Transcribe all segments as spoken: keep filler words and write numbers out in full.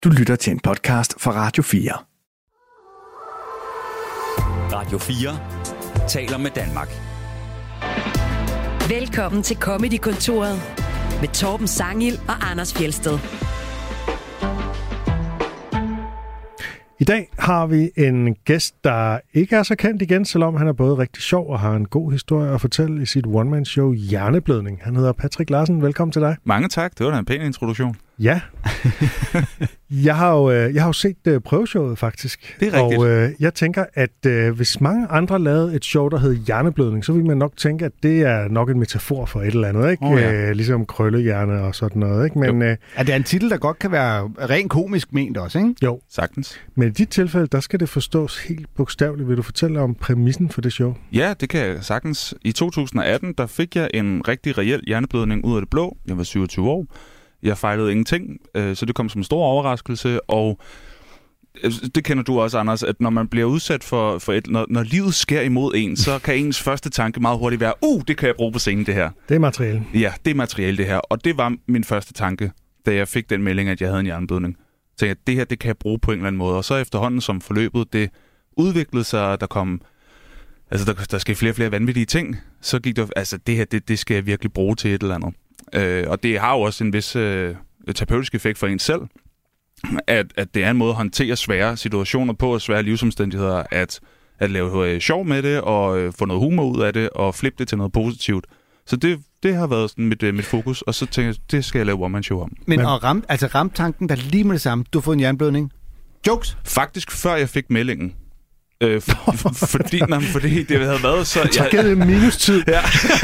Du lytter til en podcast fra Radio fire. Radio fire taler med Danmark. Velkommen til Comedy-kontoret med Torben Sangil og Anders Fjeldsted. I dag har vi en gæst, der ikke er så kendt igen, selvom han er både rigtig sjov og har en god historie at fortælle i sit one-man-show Hjerneblødning. Han hedder Patrick Larsen. Velkommen til dig. Mange tak. Det var da en pæn introduktion. Ja. jeg, har jo, jeg har jo set uh, prøveshowet, faktisk. Det er rigtigt. Og uh, jeg tænker, at uh, hvis mange andre lavede et show, der hed Hjerneblødning, så vil man nok tænke, at det er nok en metafor for et eller andet, ikke? Oh, ja. uh, ligesom krøllehjerne og sådan noget, ikke? Men, uh, er det en titel, der godt kan være rent komisk ment også, ikke? Jo. Sagtens. Men i dit tilfælde, der skal det forstås helt bogstaveligt. Vil du fortælle om præmissen for det show? Ja, det kan jeg sagtens. I to tusind og atten, der fik jeg en rigtig reel hjerneblødning ud af det blå. Jeg var syvogtyve år. Jeg fejlede ingenting, så det kom som en stor overraskelse, og det kender du også, Anders, at når man bliver udsat for, for et, når, når livet sker imod en, så kan ens første tanke meget hurtigt være, uh, det kan jeg bruge på scenen, det her. Det er materiale. Ja, det er materiale, det her. Og det var min første tanke, da jeg fik den melding, at jeg havde en hjerneblødning. Så jeg, det her, det kan jeg bruge på en eller anden måde. Og så efterhånden, som forløbet, det udviklede sig, der kom, altså der, der skete flere og flere vanvittige ting, så gik der, altså det her, det, det skal jeg virkelig bruge til et eller andet. Øh, og det har jo også en vis øh, terapeutisk effekt for en selv, at, at det er en måde at håndtere svære situationer på, og svære livsomstændigheder, at, at lave øh, sjov med det, og øh, få noget humor ud af det, og flippe det til noget positivt. Så det, det har været sådan mit, øh, mit fokus, og så tænker jeg, det skal jeg lave one-man-show om. Men og ram, altså ramtanken, der lige med det samme, du har fået en hjerneblødning. Jokes? Faktisk før jeg fik meldingen. Øh, for, for, fordi, nej, fordi det havde været så... Så gav det minus-tid. Ja.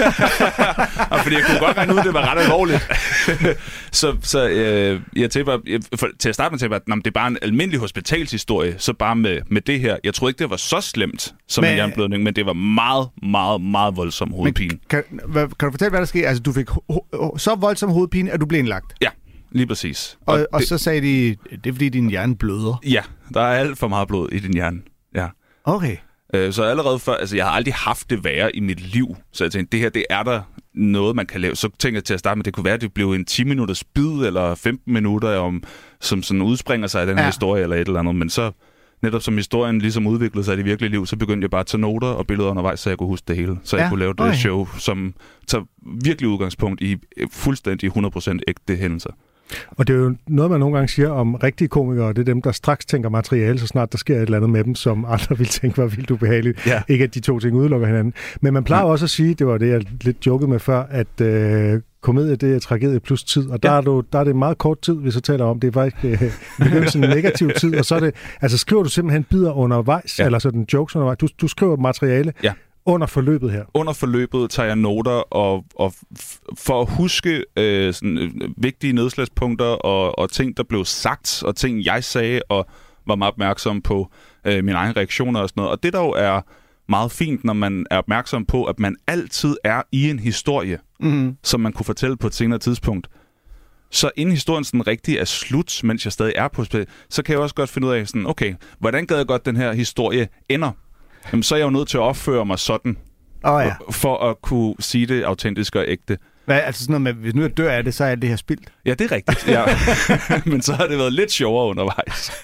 Og fordi jeg kunne godt regne ud, at det var ret alvorligt. så så øh, jeg tænkte bare, til at starte med, tænkte jeg, at det er bare en almindelig hospitalshistorie, så bare med, med det her. Jeg troede ikke, det var så slemt som men, en hjerneblødning, men det var meget, meget, meget voldsom hovedpine. Kan, hvad, kan du fortælle, hvad der skete? Altså, du fik ho- ho- så voldsom hovedpine, at du blev indlagt? Ja, lige præcis. Og, og, og det, så sagde de, det er fordi, din hjerne bløder? Ja, der er alt for meget blod i din hjerne. Ja. Okay. Øh, så allerede før, altså jeg har aldrig haft det værre i mit liv, så jeg tænkte, det her, det er der noget, man kan lave. Så tænkte jeg til at starte med, det kunne være, at det blev en ti minutters bid, eller femten minutter, om, som sådan udspringer sig af den her ja. historie, eller et eller andet. Men så, netop som historien ligesom udviklede sig i det virkelige liv, så begyndte jeg bare at tage noter og billeder undervejs, så jeg kunne huske det hele. Så ja. jeg kunne lave det okay. show, som tager virkelig udgangspunkt i fuldstændig hundrede procent ægte hændelser. Og det er jo noget, man nogle gange siger om rigtige komikere, det er dem, der straks tænker materiale, så snart der sker et eller andet med dem, som andre vil tænke var vildt ubehageligt. Ja. Ikke at de to ting udelukker hinanden. Men man plejer ja. også at sige, det var det, jeg lidt jokede med før, at øh, komedie, det er tragedie plus tid. Og der, ja. er, du, der er det meget kort tid, vi så taler om. Det er faktisk øh, begyndelsen en negativ tid. Og så er det, altså skriver du simpelthen bidder undervejs, ja. eller sådan jokes undervejs. Du, du skriver materiale. Ja. Under forløbet her? Under forløbet tager jeg noter, og, og f- for at huske øh, sådan, øh, vigtige nedslagspunkter og, og ting, der blev sagt, og ting, jeg sagde, og var meget opmærksom på øh, mine egne reaktioner og sådan noget. Og det der jo er meget fint, når man er opmærksom på, at man altid er i en historie, mm-hmm. som man kunne fortælle på et senere tidspunkt. Så inden historien sådan rigtig er slut, mens jeg stadig er på spil, så kan jeg også godt finde ud af, sådan, okay, hvordan gad jeg godt, den her historie ender? Jamen, så er jeg jo nødt til at opføre mig sådan, oh, ja. for at kunne sige det autentisk og ægte. Hvad, altså sådan noget med, hvis nu jeg dør af det, så er det her spildt? Ja, det er rigtigt. Ja. Men så har det været lidt sjovere undervejs.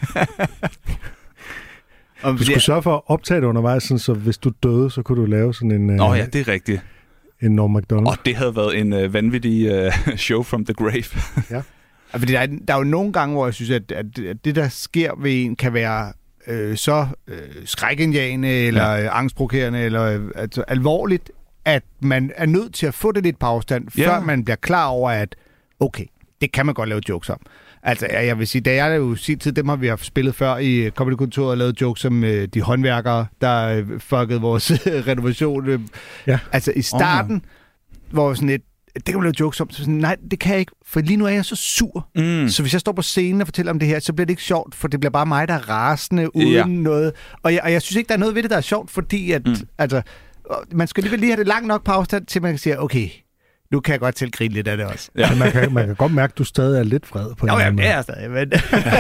Du skulle sørge for at optage det undervejs, sådan, så hvis du døde, så kunne du lave sådan en... Nå ja, det er rigtigt. En Norm Macdonald. Og det havde været en uh, vanvittig uh, show from the grave. Ja. Fordi der er, der er jo nogle gange, hvor jeg synes, at, at det, der sker ved en, kan være... Øh, så øh, skrækindjagende eller ja. øh, angstprovokerende eller øh, altså, alvorligt, at man er nødt til at få det lidt på afstand, ja. før man bliver klar over, at okay, det kan man godt lave jokes om. Altså, jeg vil sige, da jeg jo sin tid, dem har vi haft spillet før i Comedy-kontoret og lavet jokes om øh, de håndværkere, der øh, fuckede vores renovation. Øh. Ja. Altså, i starten, oh, hvor sådan et, det kan man lave jokes om. Så sådan, nej, det kan jeg ikke, for lige nu er jeg så sur. Mm. Så hvis jeg står på scenen og fortæller om det her, så bliver det ikke sjovt, for det bliver bare mig, der er rasende uden ja. noget. Og jeg, og jeg synes ikke, der er noget ved det, der er sjovt, fordi at, mm. altså, man skal alligevel lige have det langt nok på afstand, til man kan sige, okay, Nu kan jeg godt til grine lidt af det også. Ja. Man, kan, man kan godt mærke, at du stadig er lidt vred på en Nå, ja, måde. det er jeg stadig, men...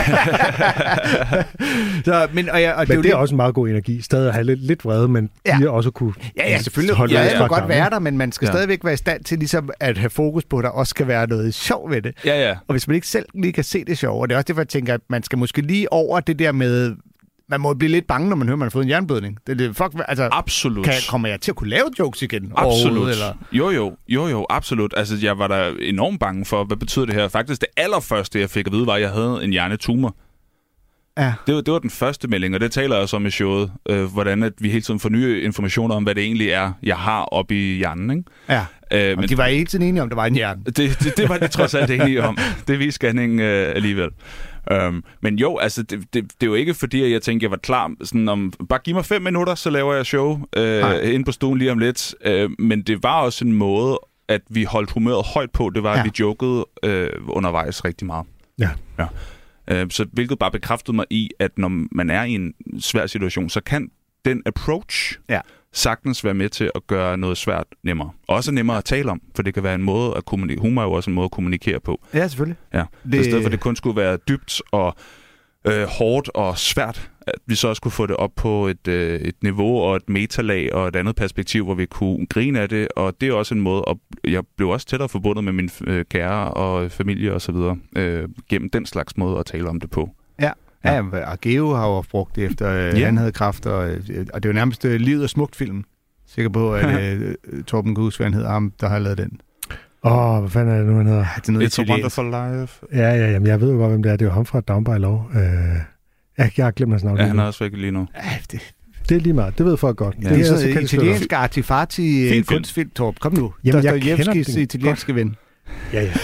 så, men og jeg, og men det, det, det er også en meget god energi. Stadig at have lidt, lidt vrede, men ja. de også kunne ja, ja, selvfølgelig. holde Jeg det kan fra godt dammen. være der, men man skal ja. stadigvæk være i stand til ligesom at have fokus på, at der også skal være noget sjov ved det. Ja, ja. Og hvis man ikke selv lige kan se det sjov, og det er også derfor, jeg tænker, at man skal måske lige over det der med... Man må blive lidt bange, når man hører, at man har fået en jernblødning. Det, det, fuck, altså, absolut. Kan, kommer jeg til at kunne lave jokes igen? Absolut. Eller? Jo, jo, jo, jo, absolut. Altså, jeg var da enormt bange for, hvad betyder det her? Faktisk, det allerførste, jeg fik at vide, var, at jeg havde en hjernetumor. Ja. Det var, det var den første melding, og det taler jeg også om i showet. Øh, hvordan at vi hele tiden får nye informationer om, hvad det egentlig er, jeg har oppe i hjernen. Ikke? Ja, øh, men de var hele tiden enige om, at der var en hjerne. Det, det, det var de trods alt enige om. Det viste scanning øh, alligevel. Um, men jo, altså, det, det, det er jo ikke fordi, at jeg tænkte, jeg var klar. Sådan om, bare giv mig fem minutter, så laver jeg show øh, inde på stuen lige om lidt. Uh, men det var også en måde, at vi holdt humøret højt på. Det var, ja. at vi jokede øh, undervejs rigtig meget. Ja. ja. Uh, så hvilket bare bekræftede mig i, at når man er i en svær situation, så kan den approach ja. sagtens være med til at gøre noget svært nemmere. Også nemmere at tale om, for det kan være en måde at kommunikere. Humor er jo også en måde at kommunikere på. Ja, selvfølgelig. Ja. Det... Så i stedet for, at det kun skulle være dybt og øh, hårdt og svært, at vi så også kunne få det op på et, øh, et niveau og et metalag og et andet perspektiv, hvor vi kunne grine af det. Og det er også en måde, og jeg blev også tættere forbundet med min øh, kære og familie og så videre, øh, gennem den slags måde at tale om det på. Ja. Ja, ja, og Geo har jo brugt det efter, øh, ja. han havde kræft, og, og det er jo nærmest øh, Livet er smukt film. Sikker på, at øh, Torben Gus, hvad han hedder, ham, der har lavet den. Åh, oh, hvad fanden er det nu, han hedder? Ja, det er noget It's a Wonderful Life. Ja, ja, jamen, jeg ved jo godt, hvem det er. Det er jo ham fra Down by Law. Øh, jeg, jeg har glemt hans navn. Ja, han er også væk lige nu. Ja, det... det er lige meget. Det ved folk godt. Ja. Det er sådan en italiensk artifati kunstfilm, Torben. Kom nu. Jamen, jeg kender den italienske ven. Ja, ja.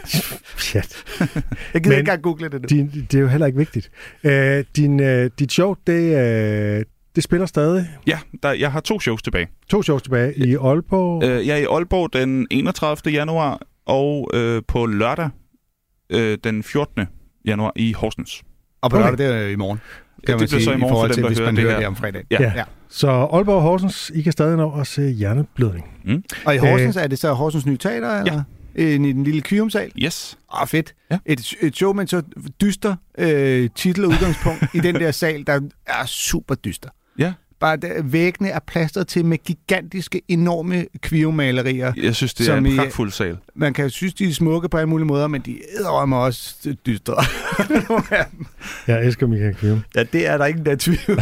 Shit. Jeg gider ikke engang google det nu. Din, det er jo heller ikke vigtigt. Uh, din, uh, dit show, det, uh, det spiller stadig? Ja, der, jeg har to shows tilbage. To shows tilbage i Aalborg? Uh, jeg er i Aalborg den enogtredivte januar, og uh, på lørdag uh, den fjortende januar i Horsens. Og på okay. lørdag, det er i morgen. Kan det man bliver sige, så i morgen for dem, til, der hvis hører man det hører her. det om fredag. Ja. Ja. ja. Så Aalborg og Horsens, I kan stadig nå at se hjerneblødning. Mm. Og i Horsens, øh, er det så Horsens Nye Teater? Eller? Ja. I den lille Kyumsal? Yes. Åh, fedt. Ja. Et, et show med så dyster øh, titel og udgangspunkt i den der sal, der er super dyster. Ja. Bare der, væggene er plastret til med gigantiske, enorme kvivemalerier. Jeg synes, det er en pragtfuld sal. Man kan synes, de er smukke på alle mulige måder, men de æder mig også dystre. Jeg elsker Michael Kvium. Ja, det er der ikke der tvivl.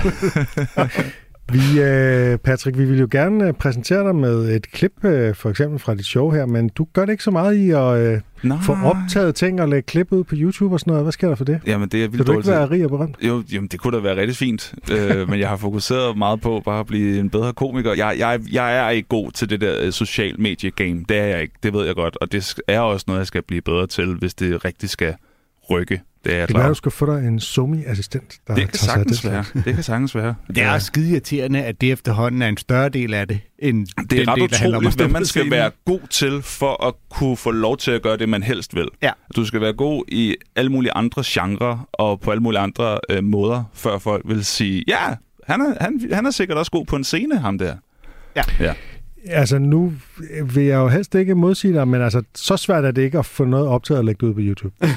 Vi, øh, Patrick, vi vil jo gerne præsentere dig med et klip, øh, for eksempel fra dit show her, men du gør det ikke så meget i at øh, få optaget ting og lægge klip ud på YouTube og sådan noget. Hvad sker der for det? Jamen, det er vildt Vil du ikke være rig og berømt? Jo, jamen, det kunne da være rigtig fint, øh, men jeg har fokuseret meget på bare at blive en bedre komiker. Jeg, jeg, jeg er ikke god til det der social medie-game. Det er jeg ikke, det ved jeg godt, og det er også noget, jeg skal blive bedre til, hvis det rigtig skal rykke. Det er det kan være, du skal få dig en somi-assistent, der det kan tager sagtens sig af det. være. Det kan sagtens være. Det er også skide irriterende, at det efterhånden er en større del af det, end det er den ret del, der handler om utroligt, hvad man skal scenen. være god til, for at kunne få lov til at gøre det, man helst vil. Ja. Du skal være god i alle mulige andre genrer, og på alle mulige andre øh, måder, før folk vil sige, ja, han er, han, han er sikkert også god på en scene, ham der. Ja. ja. Altså, nu vil jeg jo helst ikke modsige dig, men altså, så svært er det ikke at få noget optaget og lægge det ud på YouTube. Det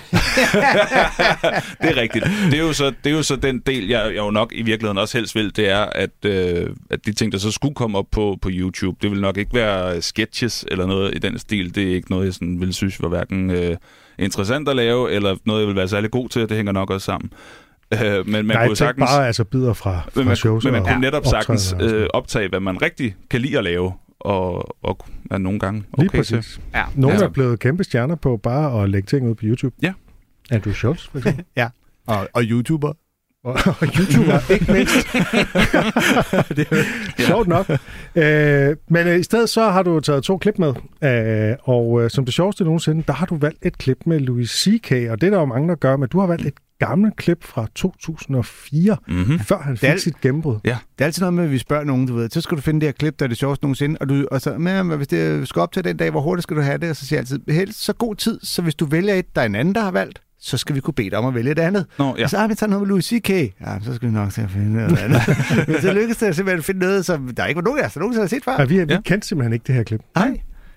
er rigtigt. Det er, jo så, det er jo så den del, jeg, jeg jo nok i virkeligheden også helst vil, det er, at, øh, at de ting, der så skulle komme op på, på YouTube, det vil nok ikke være sketches eller noget i den stil. Det er ikke noget, jeg sådan ville synes var hverken øh, interessant at lave, eller noget, jeg vil være særlig god til. Det hænger nok også sammen. Øh, men man Nej, kunne sagtens, bare altså bidder fra, fra men man, shows. Men man kunne og netop sagtens øh, op. optage, hvad man rigtig kan lide at lave, og, og er nogle gange okay. Lige præcis. Ja. Nogle ja. er blevet kæmpe stjerner på bare at lægge ting ud på YouTube. Ja. Andrew Schultz, for eksempel. Ja, og, og YouTuber. Og, og YouTuber, ikke mindst. Det er ja. Sjovt nok. Øh, men øh, i stedet så har du taget to klip med, øh, og øh, som det sjoveste nogensinde, der har du valgt et klip med Louis C K, og det er der jo mange, der gør, men du har valgt et gammelt klip fra to tusind og fire, mm-hmm. før han fik al- sit gennembrud. Ja. Det er altid noget med, at vi spørger nogen, du ved, så skal du finde det her klip, der er det sjoveste nogensinde, og, du, og så, men hvis det skal op til den dag, hvor hurtigt skal du have det, og så siger jeg altid, helst så god tid, så hvis du vælger et, der er en anden, der har valgt, så skal vi kunne bede dig om at vælge det andet. Nå, ja. Og så har vi taget noget med Louis C K. Ja, så skal vi nok til at finde noget andet. Men så lykkedes det simpelthen at finde noget, som der ikke var nogen af os, der nogensinde har set før. Ja, vi, vi ja. kendte simpelthen ikke det her klip. Nej.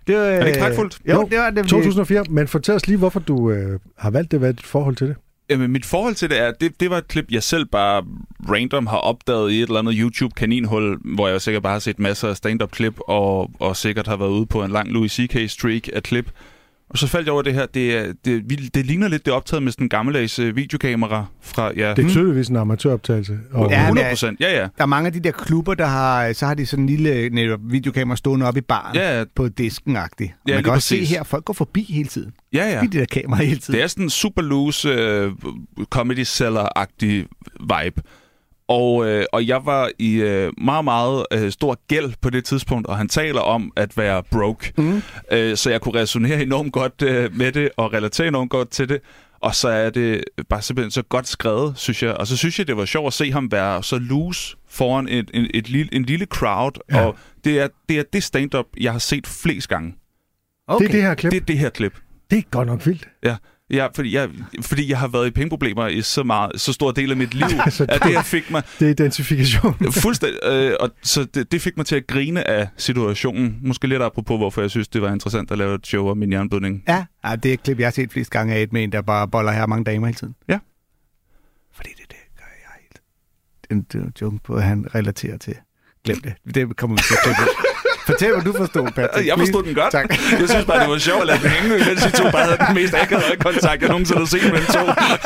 Det var, er det ikke pragtfuldt? Jo, det var det. to tusind og fire, men fortæl os lige, hvorfor du øh, har valgt det. Hvad er dit forhold til det? Jamen, mit forhold til det er, det, det var et klip, jeg selv bare random har opdaget i et eller andet YouTube-kaninhul, hvor jeg sikkert bare har set masser af stand-up-klip, og, og sikkert har været ude på en lang Louis C K-streak af klip. Og så faldt jeg over det her. Det, det, det ligner lidt det optaget med sådan en gammeldags videokamera fra... Ja. Det er tydeligvis en amatøroptagelse. Og ja, hundrede procent, ja, ja. Der er mange af de der klubber, der har... Så har de sådan en lille videokamera stående op i baren, ja, ja. På disken-agtigt. Og ja, man kan også præcis. Se her, folk går forbi hele tiden. Ja, ja. Forbi de der kamera hele tiden. Det er sådan en super loose uh, comedy seller-agtig vibe. Og, øh, og jeg var i øh, meget, meget øh, stor gæld på det tidspunkt, og han taler om at være broke. Mm. Øh, så jeg kunne resonere enormt godt øh, med det, og relatere enormt godt til det. Og så er det bare simpelthen så godt skrevet, synes jeg. Og så synes jeg, det var sjovt at se ham være så loose foran et, et, et, et, en lille crowd. Ja. Og det er, det er det stand-up, jeg har set flest gange. Okay. Det er det her klip? Det er det her klip. Det er godt nok vildt. Ja. Ja, fordi jeg, fordi jeg har været i pengeproblemer i så meget, så stor del af mit liv, altså, at det her fik mig... Det er identifikation. Fuldstændig. Øh, og så det, det fik mig til at grine af situationen. Måske lidt apropos, hvorfor jeg synes, det var interessant at lave et show om min jernblødning. Ja, ja, det er et klip, jeg har set flest gange af et med en, der bare boller her mange damer hele tiden. Ja. Fordi det, det gør jeg helt... Det er en joke på, at han relaterer til. Glem det. Det kommer vi til at klippe. Fortæl, hvad du forstod, Patrick. Jeg forstod den godt. Tak. Jeg synes bare, det var sjovt at lade den hænge, mens I to bare havde den mest akavede øjekontakt, jeg nogensinde har set med en to.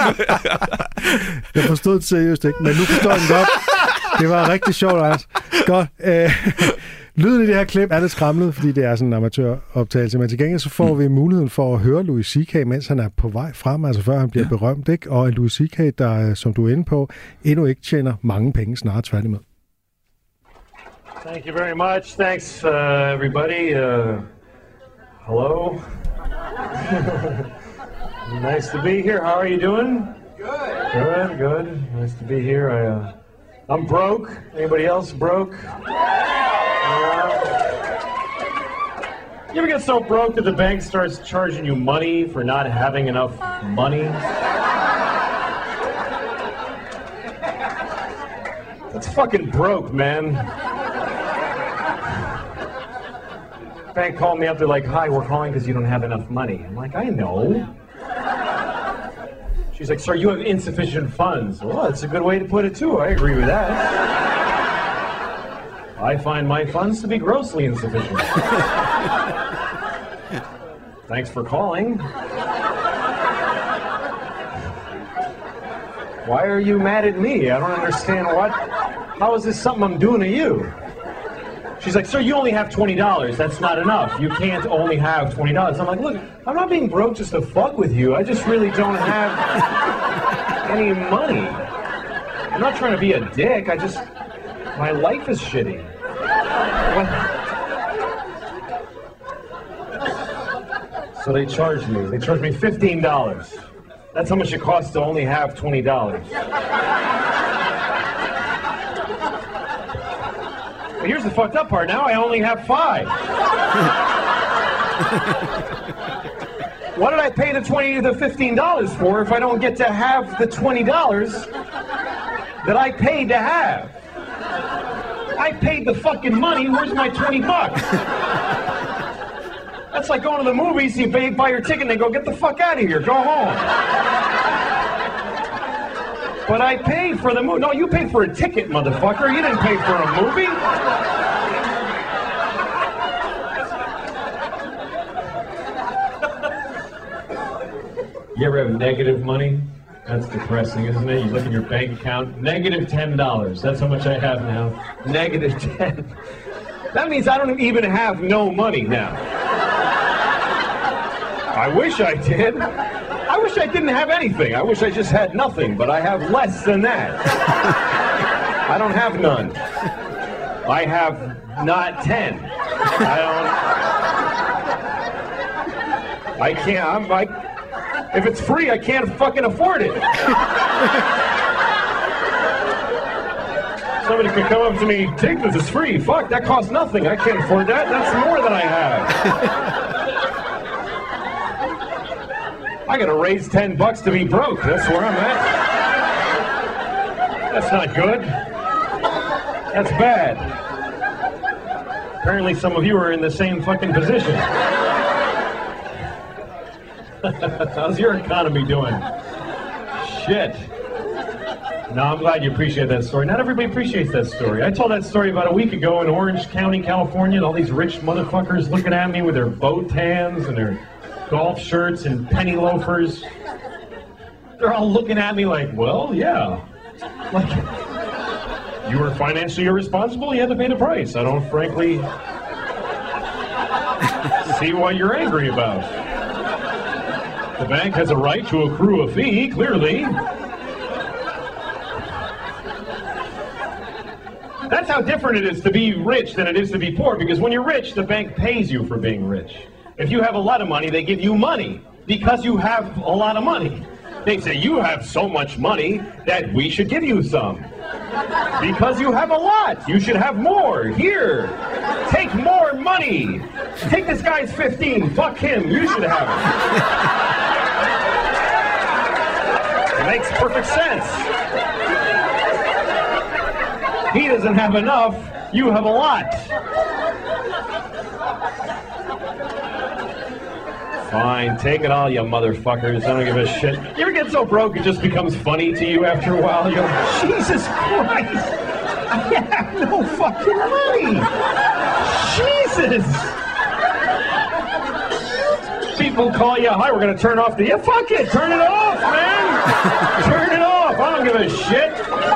Jeg forstod det seriøst ikke, men nu forstår jeg den godt. Det var rigtig sjovt, altså. Godt. Øh, lyden i det her klip er lidt skramlet, fordi det er sådan en amatøroptagelse, men til gengæld så får vi muligheden for at høre Louis C K, mens han er på vej frem, altså før han bliver ja. berømt, ikke? Og Louis C K, der, som du er inde på, endnu ikke tjener mange penge, snarere tværtimod. Thank you very much. Thanks, uh, everybody. Uh, hello. Nice to be here. How are you doing? Good. Good, good. Nice to be here. I, uh, I'm broke. Anybody else broke? Uh, you ever get so broke that the bank starts charging you money for not having enough money? That's fucking broke, man. Bank called me up, they're like, hi, we're calling because you don't have enough money. I'm like, I know. She's like, sir, you have insufficient funds. Well, that's a good way to put it too, I agree with that. I find my funds to be grossly insufficient. Thanks for calling. Why are you mad at me? I don't understand what, how is this something I'm doing to you? She's like, sir, you only have twenty dollars. That's not enough. You can't only have twenty dollars. I'm like, look, I'm not being broke just to fuck with you. I just really don't have any money. I'm not trying to be a dick. I just, my life is shitty. What? So they charged me. They charged me fifteen dollars. That's how much it costs to only have twenty dollars. But here's the fucked up part. Now I only have five. What did I pay the twenty to the fifteen dollars for if I don't get to have the twenty dollars that I paid to have? I paid the fucking money. Where's my twenty bucks? That's like going to the movies. You pay, buy your ticket and they go, get the fuck out of here. Go home. But I paid for the movie. No, you paid for a ticket, motherfucker. You didn't pay for a movie. You ever have negative money? That's depressing, isn't it? You look at your bank account, negative ten dollars. That's how much I have now. Negative ten. That means I don't even have no money now. I wish I did. I wish I didn't have anything. I wish I just had nothing, but I have less than that. I don't have none. I have not ten. I don't... I can't, I'm like... If it's free, I can't fucking afford it. Somebody could come up to me, take this, it's free. Fuck, that costs nothing. I can't afford that. That's more than I have. I gotta raise ten bucks to be broke. That's where I'm at. That's not good. That's bad. Apparently some of you are in the same fucking position. How's your economy doing? Shit. No, I'm glad you appreciate that story. Not everybody appreciates that story. I told that story about a week ago in Orange County, California, and all these rich motherfuckers looking at me with their bow tans and their golf shirts and penny loafers. They're all looking at me like, well, yeah. Like, you were financially irresponsible, you had to pay the price. I don't frankly see what you're angry about. The bank has a right to accrue a fee, clearly. That's how different it is to be rich than it is to be poor, because when you're rich, the bank pays you for being rich. If you have a lot of money, they give you money because you have a lot of money. They say, you have so much money that we should give you some. Because you have a lot, you should have more. Here, take more money. Take this guy's fifteen, fuck him, you should have it. It makes perfect sense. He doesn't have enough, you have a lot. Fine, take it all, you motherfuckers. I don't give a shit. You ever get so broke it just becomes funny to you after a while? You go, Jesus Christ! I have no fucking money! Jesus! People call you, hi, we're gonna turn off the... Yeah, fuck it! Turn it off, man! Turn it off! I don't give a shit!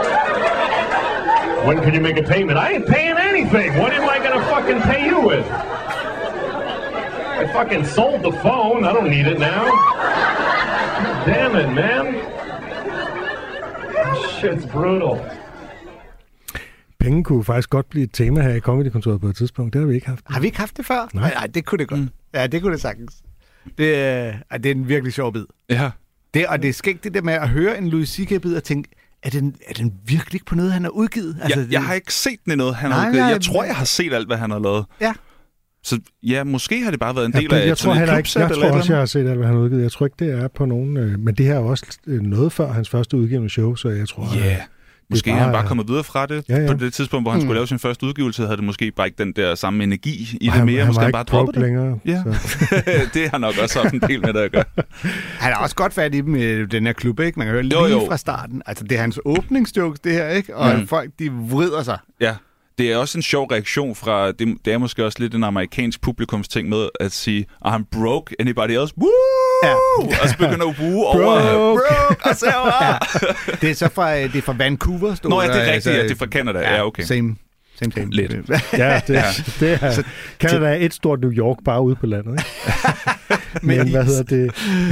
When can you make a payment? I ain't paying anything! What am I gonna fucking pay you with? I fucking sold the phone. I don't need it now. Damn it, man. Shit's brutal. Penge kunne faktisk godt blive et tema her i Comedy-kontoret på et tidspunkt. Det har vi ikke haft. Har vi ikke haft det før? Nej, Nej det kunne det godt. Mm. Ja, det kunne det sagtens. Det, er, det er en virkelig sjov bid. Ja. Det, og det er skægt det der med at høre en Louis C K-bid og tænke, er den, er den virkelig ikke på noget, han har udgivet? Altså, jeg, det... jeg har ikke set den i noget, han Nej, har udgivet. nej, Jeg tror, jeg har set alt, hvad han har lavet. Ja. Så ja, måske har det bare været en Ja, del det, af jeg et tror, sådan et ikke, klubsæt jeg eller tror også, eller jeg har set alt, hvad han har udgivet. Jeg tror ikke, det er på nogen... Øh, men det her er også øh, noget før hans første udgivende show, så jeg tror... Ja, yeah. Måske bare, er han bare kommet videre fra det. Ja, ja. På det tidspunkt, hvor han mm. skulle lave sin første udgivelse, havde det måske bare ikke den der samme energi i det han, mere. Han måske var han ikke bare droppet det. Længere, ja. Det har nok også haft en del med det at gøre. Han er også godt fat i dem i den her klub, ikke? Man kan høre lige jo, jo. fra starten. Altså, det er hans åbningsjokes, det her, ikke? Og mm. folk, de vrider sig. Ja. Det er også en sjov reaktion fra, det, det er måske også lidt en amerikansk publikumsting med at sige, I'm broke, anybody else? Woo! Ja. Og så begynder at woo over, broke, og så ja. Det er så fra, det er fra Vancouver, stod Nå ja, det er rigtigt, altså, ja, det er fra Canada, ja, ja okay. Same, same, same. Lidt. Ja, det, det er, Canada er et stort New York bare ude på landet, ikke? Men, Men hvad hedder det?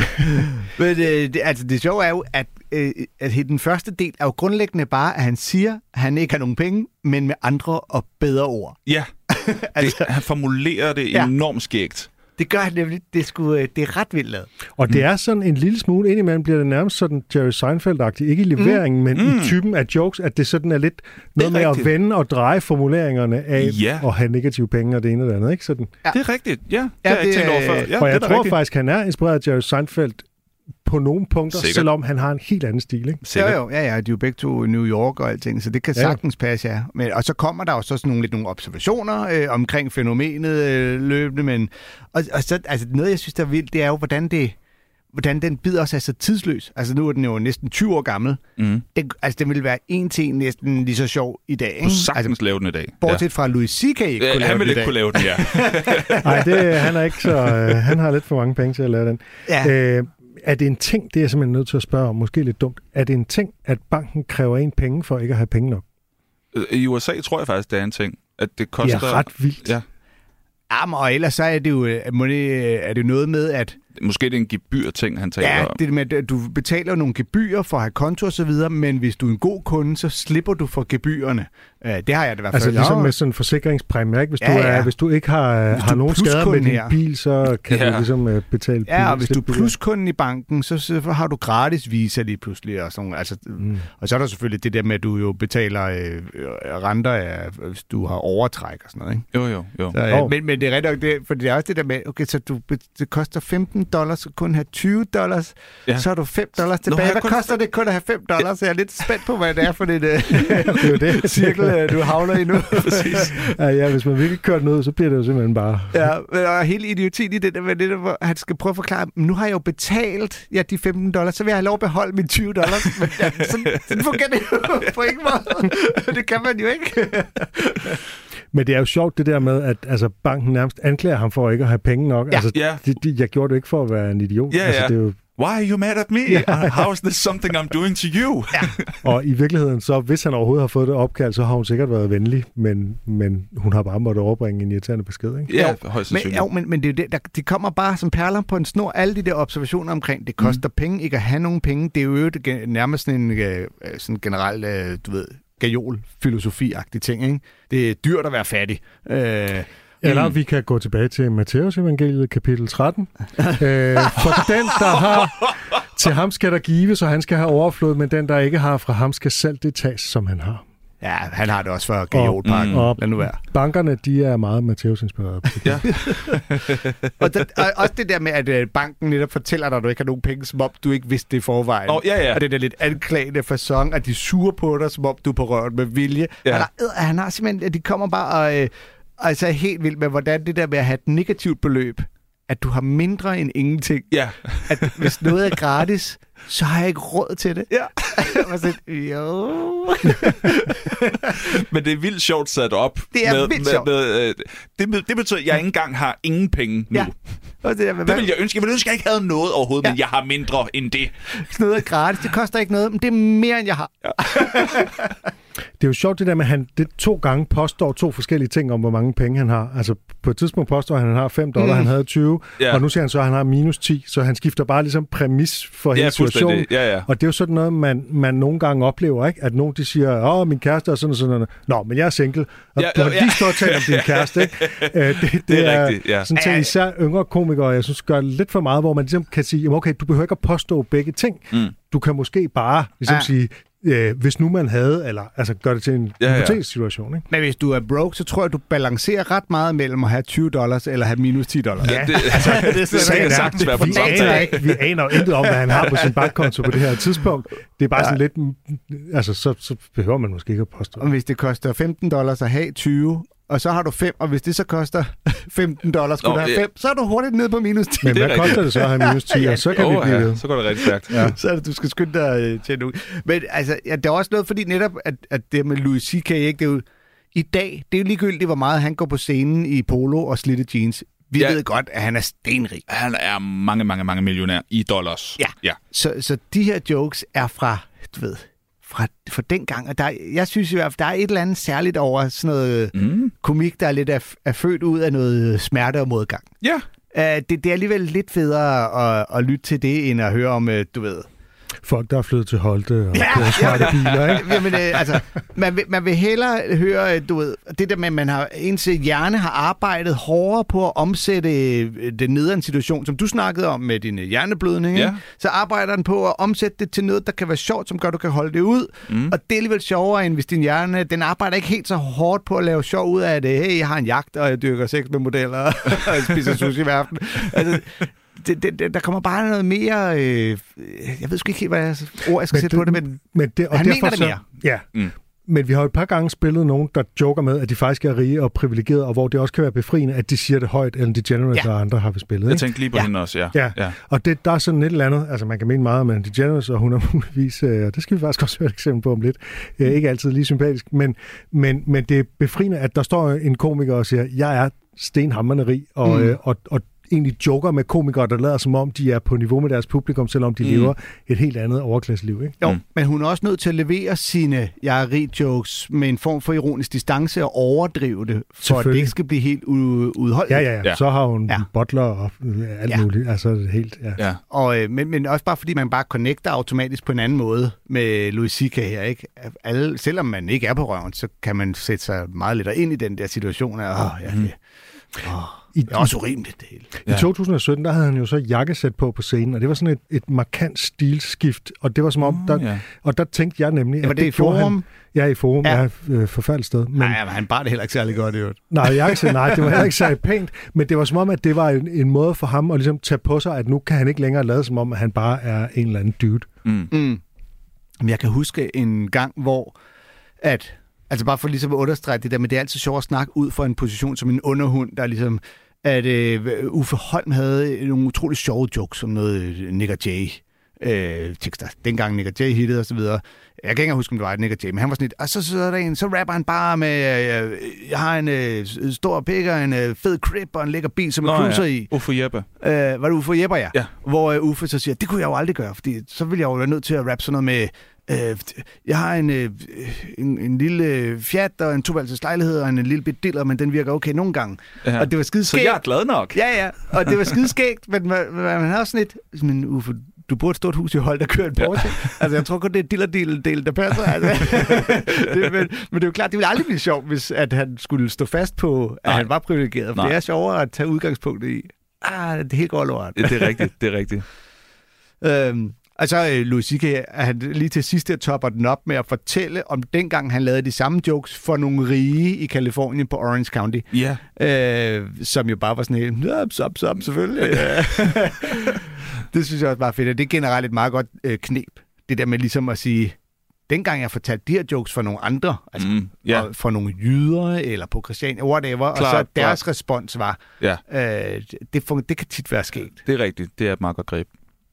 Men øh, det, altså det sjove er jo, at, øh, at den første del er jo grundlæggende bare, at han siger, at han ikke har nogen penge, men med andre og bedre ord. Ja, altså, det, han formulerer det ja. enormt skægt. Det gør han nemlig. Det er, sgu, det er ret vildt lavet. Og det er sådan en lille smule, indimellem bliver det nærmest sådan Jerry Seinfeld-agtigt. Ikke i leveringen, mm. men mm. i typen af jokes, at det sådan er lidt noget er med rigtigt. At vende og dreje formuleringerne af ja. At have negative penge og det ene og det andet. Ikke sådan? Ja. Det er rigtigt, ja. Det ja, har jeg ikke tænkt over før. Ja, og jeg det tror rigtigt. faktisk, han er inspireret af Jerry Seinfeld på nogle punkter, Sikkert. Selvom han har en helt anden stil, ikke? Jo, jo, ja, ja, de er jo begge to i New York og alting, så det kan ja. Sagtens passe, ja. Men, og så kommer der jo så sådan nogle, lidt nogle observationer øh, omkring fænomenet øh, løbende, men og, og så, altså noget, jeg synes, der er vildt, det er jo, hvordan det hvordan den bid også er så tidsløs. Altså nu er den jo næsten tyve år gammel. Mm. Den, altså den ville være en til en næsten lige så sjov i dag. Du sagtens altså, lave den i dag. Bortset ja. Fra Louis C K ikke ja, kunne han lave vil den ikke kunne lave den, ja. Nej, det, han er ikke så... Øh, han har lidt for mange penge til at lave den. Ja. Øh, er det en ting, det er jeg simpelthen nødt til at spørge om, måske lidt dumt, er det en ting, at banken kræver en penge for ikke at have penge nok? I U S A tror jeg faktisk, det er en ting, at det koster... Det er ret vildt. Ja. Jamen, og ellers så er det jo er det noget med, at... Måske det er en gebyr-ting, han taler ja, om. Ja, det med, at du betaler nogle gebyrer for at have konto og så videre, men hvis du er en god kunde, så slipper du for gebyrerne. Det har jeg det i hvert fald. Altså ligesom med sådan en forsikringspræmie, ikke? Hvis, ja, du er, ja. hvis du ikke har, hvis har nogen skader med din her. bil, så kan ja. du ligesom uh, betale Ja, og hvis du er pluskunden i banken, så, så har du gratis Visa lige pludselig. Og, sådan, altså, mm. og så er der selvfølgelig det der med, at du jo betaler øh, renter, af, hvis du har overtræk og sådan noget. Ikke? Jo, jo, jo. Så, øh, oh. men, men det er ret nok det, for det er også det der med, okay, så du, det koster femten femten dollars og kun have tyve dollars, ja. så har du fem dollars tilbage. Nå, Hvad koster det kun at have fem dollars? Så jeg er lidt spændt på, hvad det er for det, det, det, det cirkel, du havner i nu. Præcis. Ja, ja, hvis man virkelig kører den ud, så bliver det jo simpelthen bare... Ja, og hele idiotien i det der, med det der, hvor han skal prøve at forklare, nu har jeg jo betalt ja, de femten dollars, så vil jeg have lov at beholde mine tyve dollars. Men ja, sådan, sådan fungerer det jo på ingen måde. Det kan man jo ikke. Men det er jo sjovt det der med, at altså, banken nærmest anklager ham for ikke at have penge nok. Ja. Altså, Ja. de, de, jeg gjorde det ikke for at være en idiot. Ja, altså, ja. det er jo... Why are you mad at me? Yeah. How is this something I'm doing to you? Ja. Og i virkeligheden, så hvis han overhovedet har fået det opkald, så har hun sikkert været venlig, men, men hun har bare måttet overbringe en irriterende besked, ikke? Ja, Jo, højst men, sandsynligt. jo, men, men det, er jo det, der, de kommer bare som perler på en snor. Alle de der observationer omkring, det koster mm. penge, ikke at have nogen penge. Det er jo det, nærmest sådan en sådan generel, du ved, gajol-filosofi-agtig ting, ikke? Det er dyrt at være fattig. Øh, Eller vi kan gå tilbage til Matteus evangeliet, kapitel tretten. øh, for den, der har, til ham skal der gives, og han skal have overflod, men den, der ikke har, fra ham skal selv det tages, som han har. ja, han har det også for gajolpakken. Og Lad nu være. bankerne, de er meget Matteus-inspireret. Ja. Og, der, og også det der med, at øh, banken netop fortæller dig, at du ikke har nogen penge, som om du ikke vidste det i forvejen. Oh, ja, ja. Og det der lidt anklagende facon, at de suger på dig, som om du er på røven med vilje. Ja. Han, har, han har simpelthen, at de kommer bare og... Øh, altså helt vildt med, hvordan det der med at have et negativt beløb, at du har mindre end ingenting. Ja. At hvis noget er gratis, så har jeg ikke råd til det. Ja. Og så, jo. Men det er vildt sjovt sat op. Det er med, vildt med, sjovt. med, øh, det, det betyder, at jeg ikke engang har ingen penge nu. Ja. Og det, der, med, Det vil jeg ønske. Jeg ville ønske, at jeg ikke havde noget overhovedet, Ja. men jeg har mindre end det. Hvis noget er gratis, det koster ikke noget, men det er mere, end jeg har. Ja. Det er jo sjovt det der med, at han det to gange påstår to forskellige ting om, hvor mange penge han har. Altså på et tidspunkt påstår han, at han har fem dollar, mm. han havde tyve, Ja. og nu siger han så, at han har minus ti, så han skifter bare ligesom præmis for hele Ja, situationen. fuldstændig. Ja, ja. Og det er jo sådan noget, man, man nogle gange oplever, ikke? At nogen de siger, åh, min kæreste er sådan og sådan noget. Nå, men jeg er single. Og Ja, du har ja. lige stået og talt om din kæreste, ikke? Øh, det, det, Det er rigtigt, ja. sådan ting, især yngre komikere, jeg synes, gør lidt for meget, hvor man ligesom kan sige, jamen okay, du behøver ikke at påstå begge ting. Mm. Du kan måske bare ligesom Ja. sige, øh, hvis nu man havde, eller altså gør det til en Ja, ja. hypotetisk situation, ikke? Men hvis du er broke, så tror jeg, du balancerer ret meget mellem at have tyve dollars eller have minus ti dollars. Ja, det, altså, det, det Sagen kan er, sagtens være på den vi samme aner tag. ikke, vi aner jo intet om, hvad han har på sin bankkonto på det her tidspunkt. Det er bare sådan lidt, altså så, så behøver man måske ikke at påstå. Og hvis det koster femten dollars at have tyve, og så har du fem, og hvis det så koster femten dollars, skulle Nå, du have ja. fem, så er du hurtigt nede på minus ti. Men det er hvad rigtigt. koster det så at have minus ti, og så kan vi Oh, blive ja, ved. så går det rigtig stærkt. Ja. Så er det, du skal skynde dig øh, til nu. Men altså, ja, der er også noget, fordi netop, at, at det med Louis C K, ikke, det er jo, i dag, det er jo ligegyldigt, hvor meget han går på scenen i polo og slitte jeans. Vi Ja. ved godt, at han er stenrig. Han er mange, mange, mange millionær i dollars. Ja. ja. Så, så de her jokes er fra, du ved, fra, fra den gang. Og der, jeg synes i hvert fald, der er et eller andet særligt over sådan noget Mm. komik, der er lidt er, er født ud af noget smerte og modgang. Ja. Uh, det, det er alligevel lidt federe at, at lytte til det, end at høre om, uh, du ved... Folk, der er flyttet til Holte og Ja, ja, smarte biler, ikke? Jamen, øh, altså, man vil, man vil hellere høre, øh, du ved, det der med, at man har, ens hjerne har arbejdet hårdere på at omsætte øh, den nederen situation, som du snakkede om med din øh, hjerneblødning, Ja. ikke? Så arbejder den på at omsætte det til noget, der kan være sjovt, som gør, at du kan holde det ud. Mm. Og det er alligevel sjovere, end hvis din hjerne, den arbejder ikke helt så hårdt på at lave sjov ud af det. Hey, jeg har en jagt, og jeg dyrker sex med modeller, og jeg spiser sushi hver aften. Altså, Det, det, det, der kommer bare noget mere... Øh, jeg ved sgu ikke helt, hvad jeg, ord jeg skal Men sætte på det, men, men det, og han derfor mener det så, mere. Ja, Mm. men vi har jo et par gange spillet nogen, der joker med, at de faktisk er rige og privilegerede, og hvor det også kan være befriende, at de siger det højt, eller DeGeneres Ja. og andre har vi spillet. Jeg Ikke? tænkte lige på Ja. hende også, ja. Ja. ja. Og det, der er sådan et eller andet, altså man kan mene meget om Ellen DeGeneres, og hun er muligvis, øh, og det skal vi faktisk også høre et eksempel på om lidt, øh, ikke altid lige sympatisk, men, men, men det er befriende, at der står en komiker og siger, jeg er stenhamrende rig, og, Mm. øh, og, og egentlig joker med komikere, der lader som om, de er på niveau med deres publikum, selvom de mm. lever et helt andet overklasseliv, ikke? Jo, Mm. mm. men hun er også nødt til at levere sine jeg er rig jokes med en form for ironisk distance og overdrive det, for at det Selvfølgelig. ikke skal blive helt u- udholdeligt. Ja, ja, ja. Ja. Så har hun Ja. ja. butler og øh, alt Ja. ja. muligt. Altså det er helt, ja. ja. Og, øh, men, men også bare fordi man bare connecter automatisk på en anden måde med Louis C K her, ikke? Alle, selvom man ikke er på røven, så kan man sætte sig meget lidt ind i den der situation af, åh, ja, det, Oh, det er også urimeligt, det hele. I to tusind og sytten, der havde han jo så jakkesæt på på scenen, og det var sådan et, et markant stilskift, og det var som om, der, mm, ja. og der tænkte jeg nemlig, ja, at det, det i Forum? Han, ja, i Forum, ja, øh, forfærdeligt sted. Men, nej, men han bar det heller ikke særlig godt, jo. Nej, jakkesæt, nej, det var heller ikke særlig pænt, men det var som om, at det var en, en måde for ham at ligesom tage på sig, at nu kan han ikke længere lade som om, at han bare er en eller anden dude. Mm. Mm. Men jeg kan huske en gang, hvor at altså bare for ligesom at understrege det der, men det er altid sjovt at snakke ud fra en position som en underhund, der ligesom, at øh, Uffe Holm havde nogle utroligt sjove jokes som noget Nick og Jay øh, tekster. Dengang Nick og Jay hittede og så videre. Jeg kan ikke engang huske, om det var et Nick og Jay, men han var sådan lidt, og så, så, der en, så rapper han bare med, øh, jeg har en øh, stor pik og en øh, fed crib og en lækker bil, som jeg cruiser ja. i. Uffe Jeppe. Øh, var det Uffe Jeppe, ja? Ja. Hvor øh, Uffe så siger, det kunne jeg jo aldrig gøre, fordi så ville jeg jo være nødt til at rappe sådan noget med, Øh, jeg har en, øh, en, en lille Fiat og en toværelses lejlighed og en, en lille bit diller, men den virker okay nogle gange. Ja. Og det var skide skægt. Så jeg er glad nok. Ja, ja. Og det var skide skægt, men man, man har sådan et, men Uffe, du burde stå et hus i hold, der kører en Porsche. Ja. Altså, jeg tror kun, det er diller-del, der passer. Altså. det, men, men det er jo klart, det ville aldrig blive sjovt, hvis at han skulle stå fast på, at Nej. han var privilegeret. For Nej. det er sjovere at tage udgangspunkt i, ah, det er helt godt lort. Ja, det er rigtigt, det er rigtigt. øhm, Altså, Louis C K, han lige til sidst her topper den op med at fortælle om dengang, han lavede de samme jokes for nogle rige i Californien på Orange County. Ja. Øh, som jo bare var sådan helt, ja, sop, sop, selvfølgelig. Ja. Det synes jeg også bare fedt. Det er generelt et meget godt øh, knep. Det der med ligesom at sige, dengang jeg fortalte de her jokes for nogle andre, altså mm, yeah. for nogle jyder, eller på Christiania, whatever, klar, og så deres klar. respons var, ja. øh, det, det kan tit være sket. Det er rigtigt. Det er et meget godt greb.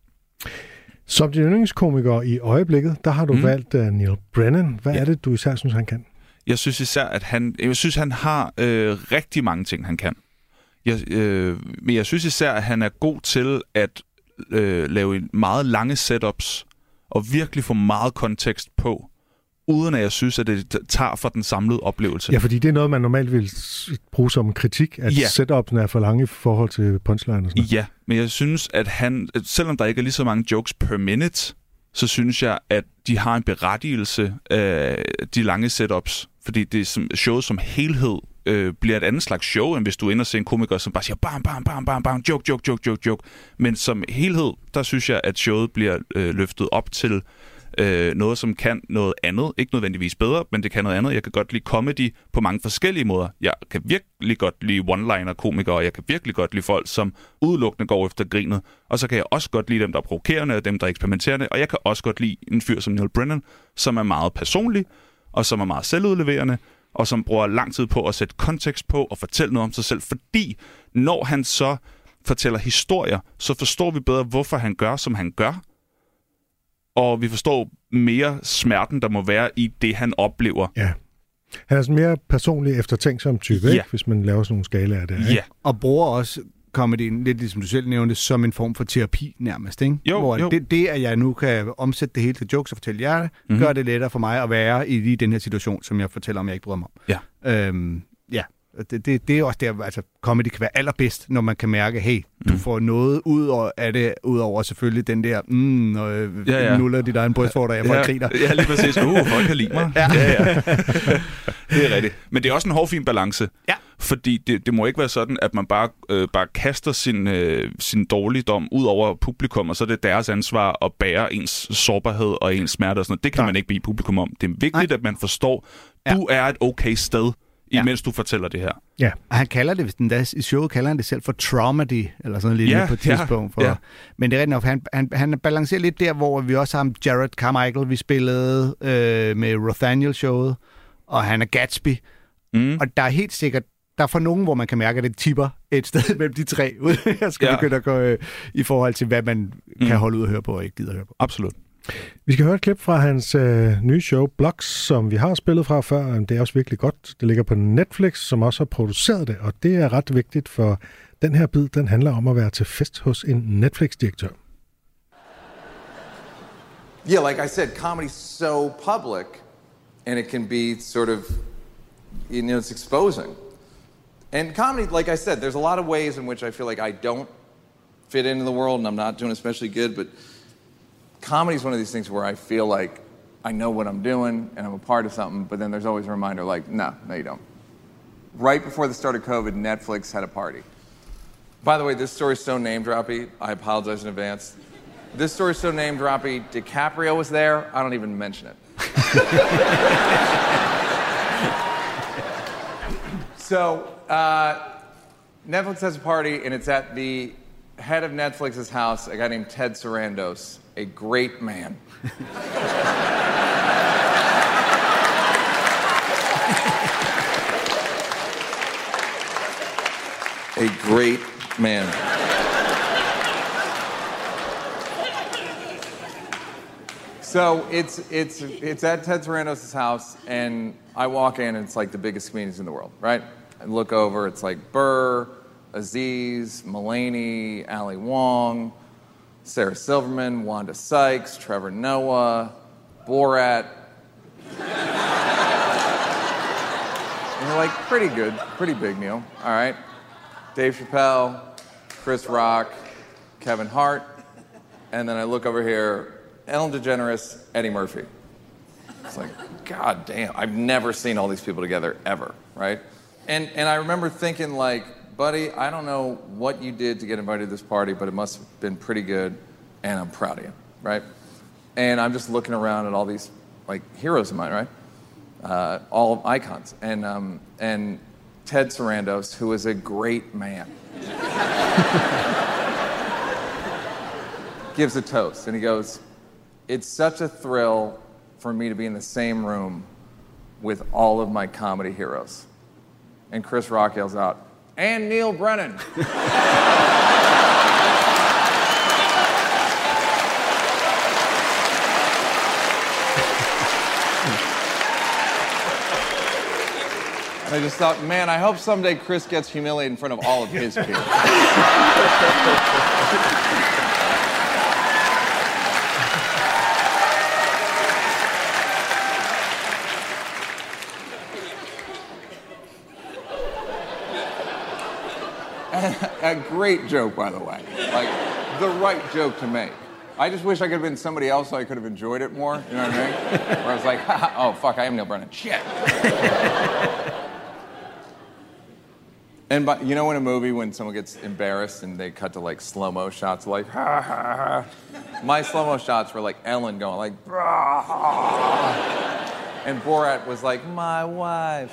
Som din yndlingskomiker i øjeblikket, der har du mm. valgt uh, Neil Brennan. Hvad ja. er det, du især synes, han kan? Jeg synes især, at han, jeg synes, han har øh, rigtig mange ting, han kan. Jeg, øh, men jeg synes især, at han er god til at øh, lave meget lange setups og virkelig få meget kontekst på, uden at jeg synes, at det tager for den samlede oplevelse. Ja, fordi det er noget, man normalt vil bruge som kritik, at ja. setupsen er for lange i forhold til punchline og sådan noget. Ja, men jeg synes, at han, selvom der ikke er lige så mange jokes per minute, så synes jeg, at de har en berettigelse af de lange setups, fordi det som showet som helhed øh, bliver et andet slags show, end hvis du ender og ser en komiker, som bare siger bam, bam, bam, bam, bam, joke, joke, joke, joke, joke. Men som helhed, der synes jeg, at showet bliver øh, løftet op til Øh, noget, som kan noget andet. Ikke nødvendigvis bedre, men det kan noget andet. Jeg kan godt lide comedy på mange forskellige måder. Jeg kan virkelig godt lide one-liner-komikere, og jeg kan virkelig godt lide folk, som udelukkende går efter grinet. Og så kan jeg også godt lide dem, der er provokerende, og dem, der er eksperimenterende. Og jeg kan også godt lide en fyr som Neil Brennan, som er meget personlig, og som er meget selvudleverende, og som bruger lang tid på at sætte kontekst på og fortælle noget om sig selv. Fordi når han så fortæller historier, så forstår vi bedre, hvorfor han gør, som han gør. Og vi forstår mere smerten, der må være i det, han oplever. Ja. Han er sådan mere personlig eftertænksom type, ja. ikke? Hvis man laver sådan nogle skalaer der. Ikke? Ja, og bruger også comedyen, lidt ligesom du selv nævnte, som en form for terapi nærmest, ikke? Jo, Hvor jo. Det, det, at jeg nu kan omsætte det hele til jokes og fortælle jer det, mm-hmm. gør det lettere for mig at være i lige den her situation, som jeg fortæller om, jeg ikke bryder mig om. Ja. Øhm, ja. Det, det, det er også der, altså comedy kan være allerbedst, når man kan mærke, hey, du mm. får noget ud af det, ud over selvfølgelig den der, mm, og ja, ja. nuller dit egen brystvorter, jeg får ja, griner. Ja, lige præcis. Uh, folk kan lide mig. Ja. Ja, ja. Det er rigtigt. Men det er også en hårfin balance. Ja. Fordi det, det må ikke være sådan, at man bare, øh, bare kaster sin, øh, sin dårligdom ud over publikum, og så er det deres ansvar at bære ens sårbarhed og ens smerte og sådan noget. Det kan ja. man ikke bede publikum om. Det er vigtigt, Nej. at man forstår, du ja. er et okay sted, imens ja. du fortæller det her. Ja. Og han kalder det, hvis den der i showet kalder han det selv for traumedy, eller sådan lidt ja, på et tidspunkt. For. Ja. Men det er rigtigt nok, han, han, han balancerer lidt der, hvor vi også har Jared Carmichael, vi spillede øh, med Rothaniel-showet, og han er Gatsby. Mm. Og der er helt sikkert, der er for nogen, hvor man kan mærke, at det tipper et sted mellem de tre, uden jeg skal ja. begynde at gå øh, i forhold til, hvad man mm. kan holde ud og høre på, og ikke gider at høre på. Absolut. Vi skal høre et klip fra hans øh, nye show, Blocks, som vi har spillet fra før. Det er også virkelig godt. Det ligger på Netflix, som også har produceret det, og det er ret vigtigt, for den her bid, den handler om at være til fest hos en Netflix-direktør. Yeah, like I said, comedy's so public, and it can be sort of, you know, it's exposing. And comedy, like I said, there's a lot of ways in which I feel like I don't fit into the world, and I'm not doing especially good, but comedy is one of these things where I feel like I know what I'm doing and I'm a part of something, but then there's always a reminder like, no, no you don't. right before the start of COVID, Netflix had a party. By the way, this story's so name-droppy, I apologize in advance. This story's so name-droppy, DiCaprio was there, I don't even mention it. So, uh, Netflix has a party, and it's at the head of Netflix's house, a guy named Ted Sarandos, a great man. A great man. So it's it's it's at Ted Sarandos' house, and I walk in, and it's like the biggest comedians in the world, right? I look over, it's like Burr, Aziz, Mulaney, Ali Wong, Sarah Silverman, Wanda Sykes, Trevor Noah, Borat. And you're like, pretty good, pretty big, Neil. All right. Dave Chappelle, Chris Rock, Kevin Hart, and then I look over here, Ellen DeGeneres, Eddie Murphy. It's like, God damn, I've never seen all these people together ever, right? And and I remember thinking, like, buddy, I don't know what you did to get invited to this party, but it must have been pretty good, and I'm proud of you, right? And I'm just looking around at all these, like, heroes of mine, right? Uh, all icons. And um, and Ted Sarandos, who is a great man, gives a toast, and he goes, "It's such a thrill for me to be in the same room with all of my comedy heroes." And Chris Rock yells out, "And Neil Brennan." And I just thought, man, I hope someday Chris gets humiliated in front of all of his peers. A great joke, by the way. Like, the right joke to make. I just wish I could have been somebody else so I could have enjoyed it more. You know what I mean? Where I was like, oh, fuck, I am Neil Brennan. Shit. And by, you know in a movie when someone gets embarrassed and they cut to, like, slow-mo shots, like, ha, ha, ha. My slow-mo shots were, like, Ellen going, like, brah. And Borat was like, my wife.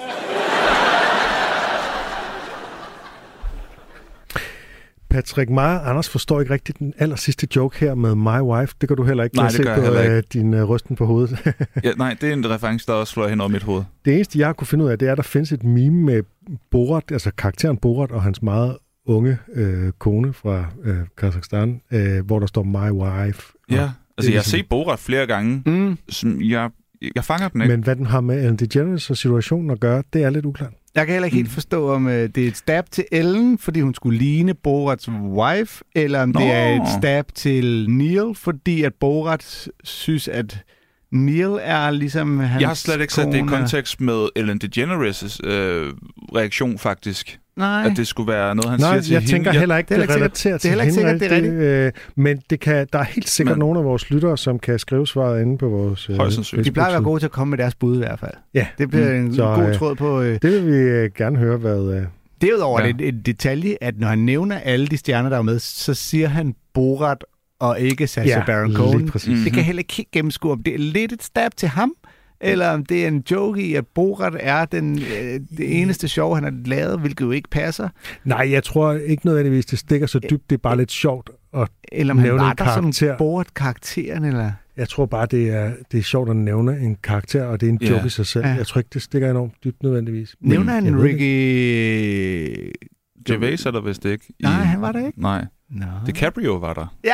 Patrick Meyer, Anders forstår ikke rigtigt den aller sidste joke her med My Wife. Det kan du heller ikke. Nej, det gør jeg heller ikke. Din uh, rysten på hovedet. Ja, nej, det er en reference, der også slår hen over mit hoved. Det eneste, jeg kunne finde ud af, det er, at der findes et meme med Borat, altså karakteren Borat og hans meget unge øh, kone fra øh, Kazakhstan, øh, hvor der står My Wife. Ja, altså jeg har set Borat flere gange, mm. som jeg, jeg fanger den ikke. Men hvad den har med Ellen DeGeneres og situationen at gøre, det er lidt uklart. Jeg kan heller ikke helt forstå, om uh, det er et stab til Ellen, fordi hun skulle ligne Borats wife, eller om Nå. det er et stab til Neil, fordi at Borat synes, at Neil er ligesom hans Jeg har slet ikke sat kone. det i kontekst med Ellen DeGeneres' øh, reaktion, faktisk. Nej. At det skulle være noget, han Nej, siger til jeg hende. tænker heller ikke, det, det relaterer til hende. Det er heller ikke sikkert, det er rigtigt. Øh, men det kan, der er helt sikkert men, nogle af vores lyttere, som kan skrive svaret inde på vores øh, Facebook. De plejer at være gode til at komme med deres bud i hvert fald. Ja. Det bliver en Så, god øh, tråd på... Øh... Det vil vi øh, gerne høre, hvad... Øh... Derudover ja. er det en detalje, at når han nævner alle de stjerner, der er med, så siger han Borat og ikke Sacha ja, Baron Cohen. Mm-hmm. Det kan heller ikke helt gennemskue, om det er lidt et stab til ham, eller om det er en joke i, at Borat er den, øh, det eneste show, han har lavet, hvilket jo ikke passer. Nej, jeg tror ikke nødvendigvis, det stikker så dybt. Det er bare lidt sjovt at eller om nævne han var en der karakter. som Borat-karakteren, eller... Jeg tror bare, det er, det er sjovt at nævne en karakter, og det er en joke yeah. i sig selv. Ja. Jeg tror ikke, det stikker enormt dybt nødvendigvis. Nævner han Ricky... Gervais er der vist ikke. Nej, han var der ikke. Nej. No. DiCaprio var der. Ja,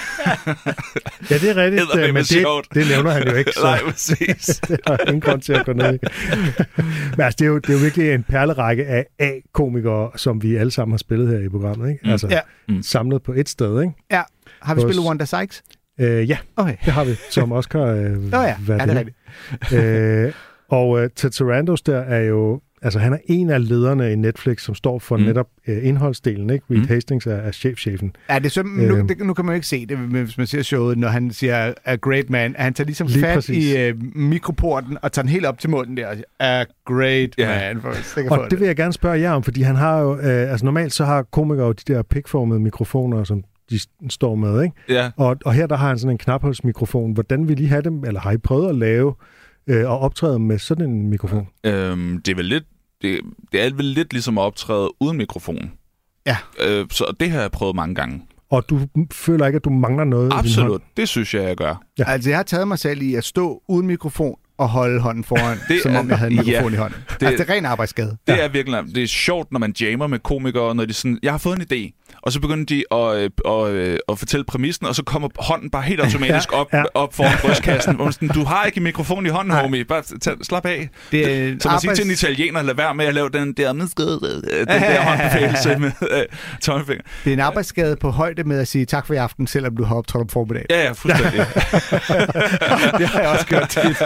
ja det er rigtigt, det men det, det nævner han jo ikke. Så. Nej, præcis. Det er ingen grund til at gå ned i. Men altså, det er, jo, det er jo virkelig en perlerække af A-komikere, som vi alle sammen har spillet her i programmet. Ikke? Altså ja. mm. samlet på et sted. Ikke? Ja. Har vi Hos... spillet Wanda Sykes? Øh, ja, okay. det har vi, som Oscar øh, oh, ja. været ja, det er rigtigt. øh, og uh, Ted Sarandos der er jo altså han er en af lederne i Netflix, som står for mm. netop uh, indholdsdelen, ikke? Reed mm. Hastings er, er chefchefen. Ja, det er så, nu, øh, det, nu kan man jo ikke se det, hvis man ser showet, når han siger a great man. Han tager ligesom fat præcis. i uh, mikroporten og tager den helt op til munden der og siger, a great yeah. man. For og det vil jeg gerne spørge jer om, fordi han har jo, øh, altså normalt så har komikere jo de der pikformede mikrofoner, som de står med, ikke? Ja. Og, og her der har han sådan en knapholdsmikrofon. Hvordan vil I have dem, eller har I prøvet at lave øh, og optræde med sådan en mikrofon? Øhm, det er vel lidt, det, det er vel lidt ligesom at optræde uden mikrofon. Ja. Øh, så det har jeg prøvet mange gange. Og du føler ikke, at du mangler noget? Absolut, det synes jeg, jeg gør. Ja. Altså, jeg har taget mig selv i at stå uden mikrofon og holde hånden foran, det som om jeg havde en mikrofon ja, i hånden. Det, altså, det er ren arbejdsskade. Det ja. er virkelig, det er sjovt, når man jammer med komikere, når de sådan, jeg har fået en idé, og så begynder de at, at, at, at fortælle præmissen, og så kommer hånden bare helt automatisk op, ja. op foran brystkassen. Du har ikke mikrofon i hånden, homie. Bare tag, slap af. Det er så man arbejds... siger til en italiener, lad være med at lave den der medskade, den der håndbevægelse med uh, tommelfinger. Det er en arbejdsskade på højde med at sige tak for i aften, selvom du har optrådt om formiddag. Ja, ja, fuldstændig. Det har jeg også gjort tit.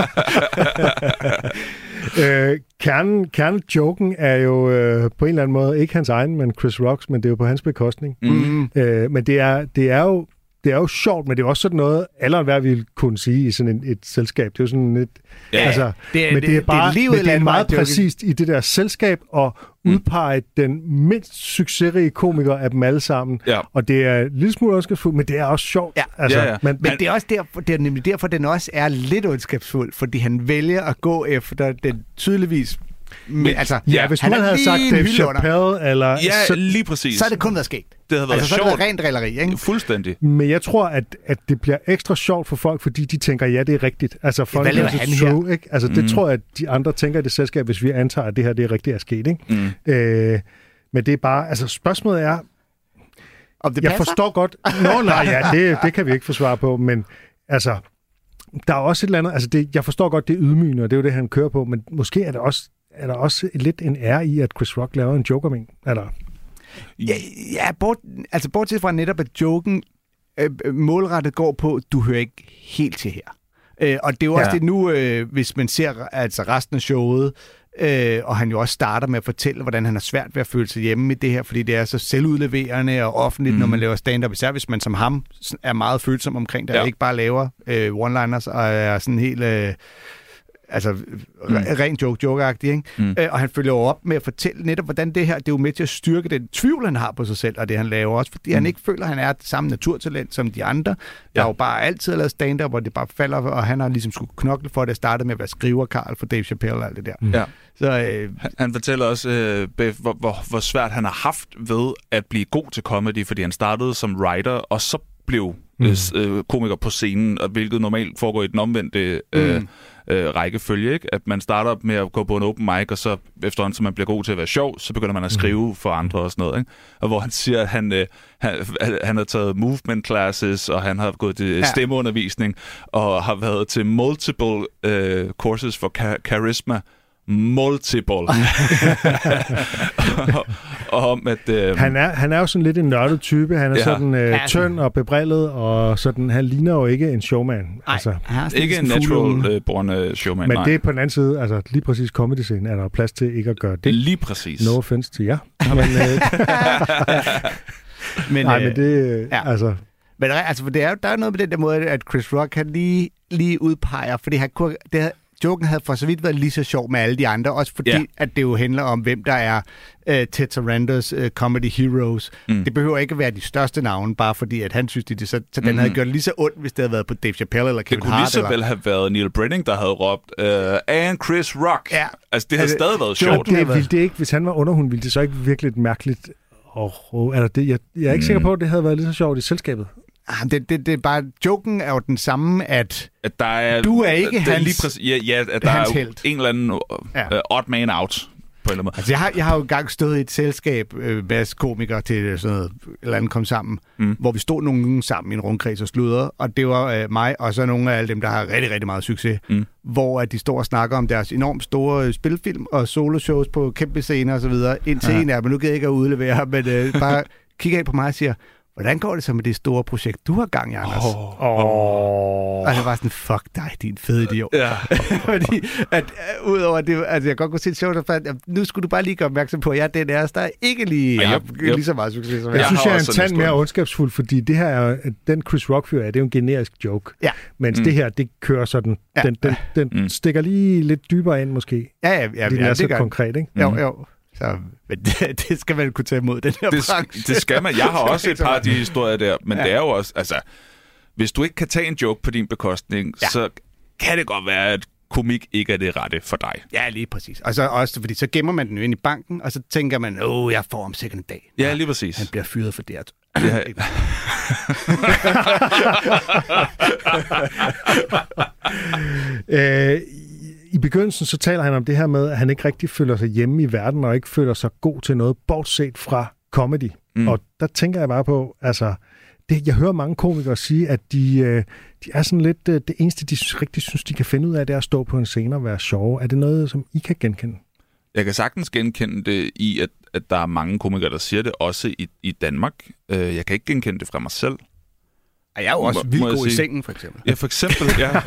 øh, kernen, kernen joken er jo øh, på en eller anden måde ikke hans egen, men Chris Rocks, men det er jo på hans bekostning. Mm. Øh, men det er, det er jo det er jo sjovt, men det er også sådan noget, alle og enhver ville kunne sige i sådan et, et selskab. Det er jo sådan et... Ja, altså, det er, men det er bare det er, men det er meget præcist i det der selskab at udpege mm. den mindst succesrige komiker af dem alle sammen. Ja. Og det er en lille smule ondskabsfuldt, men det er også sjovt. Ja. Altså, ja, ja. Men, men det er også derfor, det er nemlig derfor, den også er lidt ondskabsfuld, fordi han vælger at gå efter den tydeligvis... Men, altså, ja, hvis man havde sagt Dave Chappelle, eller... Ja, så, lige præcis. Så er det kun været sket. Det havde været altså, sjovt. Så er det været rent drilleri, ikke? Fuldstændig. Men jeg tror, at, at det bliver ekstra sjovt for folk, fordi de tænker, ja, det er rigtigt. Altså, folk er altså show, ikke? Altså, det mm. tror jeg, at de andre tænker i det selskab, hvis vi antager, at det her det er rigtigt er sket, ikke? Mm. Øh, men det er bare... Altså, spørgsmålet er... Om det jeg passer? forstår godt... Nå, nej, ja, det, det kan vi ikke få svar på, men altså... Der er også et eller andet... Altså, det, jeg forstår godt, det er ydmygende, og det er jo det, han kører på, men måske er det også... Er der også lidt en ære i, at Chris Rock laver en joke om en? Er der? Ja, ja bort, altså bortset fra netop, at joken øh, målrettet går på, du hører ikke helt til her. Øh, og det er jo også ja. det nu, øh, hvis man ser altså resten af showet, øh, og han jo også starter med at fortælle, hvordan han har svært ved at føle sig hjemme med det her, fordi det er så selvudleverende og offentligt, mm. når man laver stand-up, især hvis man som ham er meget følsom omkring det, ja. og ikke bare laver øh, one-liners og er sådan helt... Øh, altså mm. rent joke-joke-agtig, ikke? Mm. Øh, og han følger jo op med at fortælle netop, hvordan det her, det er jo med til at styrke den tvivl, han har på sig selv, og det han laver også, fordi mm. han ikke føler, at han er det samme naturtalent som de andre, der ja. jo bare altid har lavet stand-up, hvor det bare falder, og han har ligesom skulle knokle for, at det startede med at være skriver Karl for Dave Chappelle og alt det der. Mm. Ja. Så, øh, han, han fortæller også, øh, Beff, hvor, hvor, hvor svært han har haft ved at blive god til comedy, fordi han startede som writer, og så blev mm. øh, komiker på scenen, og hvilket normalt foregår i den omvendte øh, mm. øh, rækkefølge, ikke? At man starter med at gå på en open mic, og så efterhånden, så man bliver god til at være sjov, så begynder man at skrive mm. for andre og sådan noget, ikke? Og hvor han siger, at han, øh, han, han har taget movement classes, og han har gået til ja. stemmeundervisning, og har været til multiple øh, courses for ka- charisma, multiple. og, og om at øh... han er han er jo sådan lidt en nørdet type. Han er ja. sådan øh, tynd og bebrillet, og sådan han ligner jo ikke en showman. Ej, altså ikke en natural øh, born uh, showman. Men nej. det er på den anden side, altså lige præcis comedy-scenen er der plads til ikke at gøre det. Lige præcis. No offense til jer. men, øh... men, nej, men det ja. altså. Men der, altså, det er jo der er noget med den der måde, at Chris Rock kan lige lige udpeger, fordi han kunne det havde, joken havde for så vidt været lige så sjov med alle de andre, også fordi, yeah. at det jo handler om, hvem der er uh, Ted Sarandos uh, comedy heroes. Mm. Det behøver ikke at være de største navne, bare fordi, at han synes, det så, så den mm. havde gjort lige så ondt, hvis det havde været på Dave Chappelle eller Kevin Hart. Det kunne lige så eller... vel have været Neil Brenning, der havde råbt, uh, and Chris Rock. Ja. Altså, det havde altså, stadig været sjovt. Det, ville det ikke, hvis han var underhund, ville det så ikke virkelig mærkeligt. Oh, altså det, jeg, jeg er ikke mm. sikker på, at det havde været lige så sjovt i selskabet. Ah, det, det, det er bare, joken er jo den samme, at, at der er, du er ikke hans, lige præcis, ja, ja, at der er jo en eller anden uh, ja. uh, odd man out på en eller anden måde. Altså, jeg har, jeg har jo engang stået i et selskab øh, med komikere til sådan noget, eller andet kom sammen, mm. hvor vi stod nogen sammen i en rundkreds og sludrede, og det var øh, mig, og så nogle af alle dem, der har rigtig, rigtig meget succes, mm. hvor at de står og snakker om deres enormt store spilfilm og soloshows på kæmpe scener og så videre, indtil ja. en af dem, nu kan jeg ikke at udlevere, men øh, bare kigger af på mig og siger, hvordan går det så med det store projekt, du har gang i, Anders? Åh. Oh. Og det var sådan, fuck dig, din fede idiot. Ja. Fordi, at uh, udover det, at jeg godt kunne se det sjovt, at nu skulle du bare lige gøre opmærksom på, at jeg er den af os, der ikke lige ja, har yep, yep. lige så meget succes som jeg. Jeg synes, jeg er en tand mere historie. ondskabsfuld, fordi det her er, den Chris Rock fyr er, det er jo en generisk joke. Ja. Mens Mm. det her, det kører sådan, Ja. den, den, den Mm. stikker lige lidt dybere ind måske. Ja, ja, ja, Fordi ja, den er det så gør konkret, ikke? Jo, jo. Så, men det, det skal man kunne tage imod, den her Det, branche. det skal man. Jeg har også et par af de historier der, men Ja. ja. det er jo også, altså, hvis du ikke kan tage en joke på din bekostning, Ja. ja. så kan det godt være, at komik ikke er det rette for dig. Ja, lige præcis. Og så også, fordi så gemmer man den jo ind i banken, og så tænker man, åh, jeg får om sikkert en dag. Ja, lige præcis. Han bliver fyret for det. Det har... Øh, I begyndelsen så taler han om det her med, at han ikke rigtig føler sig hjemme i verden, og ikke føler sig god til noget, bortset fra comedy. Mm. Og der tænker jeg bare på, altså, det, jeg hører mange komikere sige, at de, øh, de er sådan lidt, øh, det eneste, de rigtig synes, de kan finde ud af, det er at stå på en scene og være sjove. Er det noget, som I kan genkende? Jeg kan sagtens genkende det i, at, at der er mange komikere, der siger det, også i, i Danmark. Uh, jeg kan ikke genkende det fra mig selv. Og jeg er jo også Må- vildt må jeg god i sige? sengen, for eksempel. Ja, for eksempel, ja.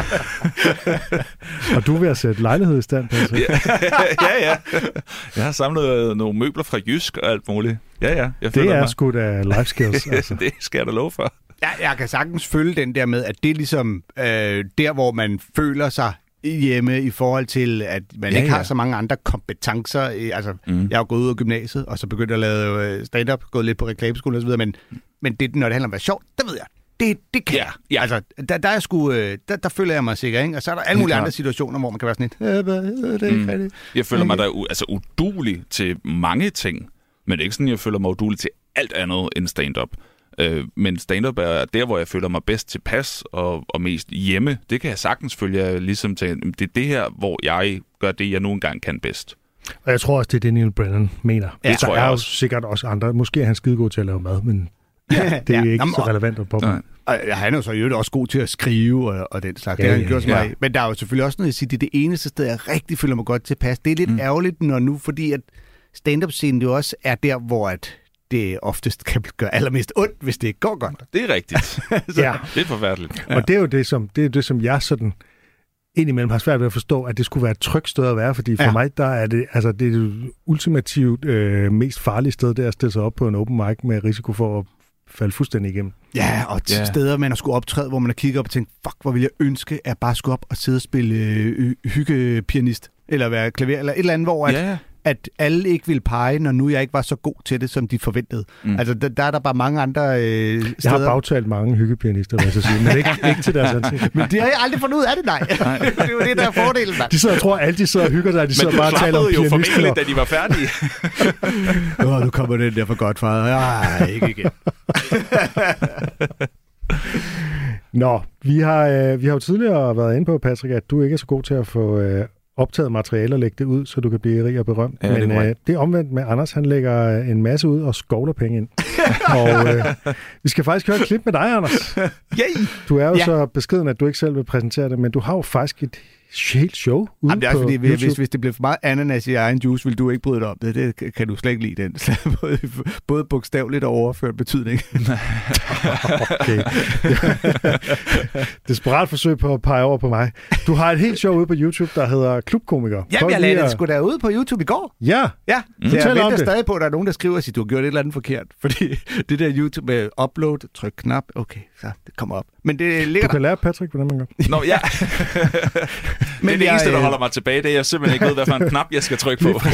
Og du er ved at sætte lejlighed i stand, Patrick. ja, ja. Jeg har samlet nogle møbler fra Jysk og alt muligt. Ja, ja. Jeg Det føler er mig. sgu da life skills, altså. Det skal jeg da love for. Jeg, jeg kan sagtens følge den der med, at det er ligesom øh, der, hvor man føler sig hjemme i forhold til, at man Ja, ikke har ja. så mange andre kompetencer. Øh, Altså, Mm. jeg er jo gået ud af gymnasiet, og så begyndt at lave øh, stand-up, gået lidt på reklameskole og så videre, men, men det, når det handler om at være sjovt, der ved jeg, det, det kan Ja, jeg. ja. Altså, der, der, er sgu, øh, der, der føler jeg mig sikker, ikke? Og så er der alle mulige Helt andre klart. situationer, hvor man kan være sådan lidt, øh, hvad, øh, det er ikke Mm. rigtigt. Jeg føler mig da u- altså uduelig til mange ting, men det er ikke sådan, jeg føler mig uduelig til alt andet end stand-up. Øh, men stand-up er der, hvor jeg føler mig bedst tilpas og, og mest hjemme. Det kan jeg sagtens følge, jeg ligesom til. Det er det her, hvor jeg gør det, jeg nogle gange kan bedst. Og jeg tror også, det er det, Neil Brennan mener. Ja, det tror der jeg er jo også. sikkert også andre. Måske er han skidegod til at lave mad, men det er Ja. ikke Jamen, så og- relevant at påpege. Nej. Og han er jo så i øvrigt også god til at skrive og, og den slags. Ja, Det har han ja, gjort så ja. meget. Men der er jo selvfølgelig også noget at sige, det er det eneste sted, jeg rigtig føler mig godt tilpas. Det er lidt mm. ærgerligt, når nu, fordi at stand-up-scenen jo også er der, hvor at det oftest kan gøre allermest ondt, hvis det ikke går godt. Det er rigtigt. Så, Ja. Det er forfærdeligt. Og det er jo det, som, det er det, som jeg sådan indimellem har svært ved at forstå, at det skulle være et trygt sted at være, fordi for Ja. ja. mig, der er det, altså det, er det ultimativt øh, mest farlige sted, det er at stille sig op på en open mic med risiko for at falde fuldstændig igennem. Ja, og Ja. yeah. steder, man har skulle optræde, hvor man har kigget op og tænkt, fuck, hvor vil jeg ønske, at jeg bare skulle op og sidde og spille øh, hyggepianist, eller være klaver, eller et eller andet, hvor at, Ja, ja. at alle ikke ville pege, når nu jeg ikke var så god til det, som de forventede. Mm. Mm. Altså, der, der er der bare mange andre øh, steder. Jeg har bagtalt mange hyggepianister, vil jeg så sige, men ikke, ikke til deres ansigt. Men det har jeg aldrig fundet ud af det, nej. det er jo det, der er fordelen, mand. De sidder og tror, at alle de sidder og hygger sig, de sidder Men du bare og taler om klappede jo pianisten. formentlig, Og... da de var færdige. Åh, nu kommer den der for godt, far. Ja, ikke igen. Nå, vi har, øh, vi har jo tidligere været inde på, Patrick, at du ikke er så god til at få øh, optaget materiale og lægge det ud, så du kan blive rig og berømt. Ja, det er Men korrekt. øh, det er omvendt med Anders, han lægger en masse ud og skovler penge ind. og øh, vi skal faktisk høre et klip med dig, Anders. Yay! Du er jo Ja. ja. så beskeden, at du ikke selv vil præsentere det, men du har jo faktisk et helt show ude Jamen, det er også på fordi, hvis, YouTube. hvis, hvis det blev for meget ananas i egen juice, vil du ikke bryde dig om det. Det kan du slet ikke lide, den. både, både bogstaveligt og overført betydning. Okay. Desperat forsøg på at pege over på mig. Du har et helt show ude på YouTube, der hedder Klubkomiker. Jamen, Prøv jeg lige lagde det at- sgu da ud på YouTube i går. Ja, Ja, mm. så Fortæl jeg om venter det. stadig på, at der er nogen, der skriver og siger, du har gjort et eller andet forkert. Fordi det der YouTube med upload, tryk knap, okay, så det kommer op. Men det ligger du der. kan lære Patrick, hvordan man gør. Nå, ja. Men det er det jeg, eneste, der øh, holder mig tilbage, det er, jeg simpelthen ikke ved, hvad for en knap, jeg skal trykke på.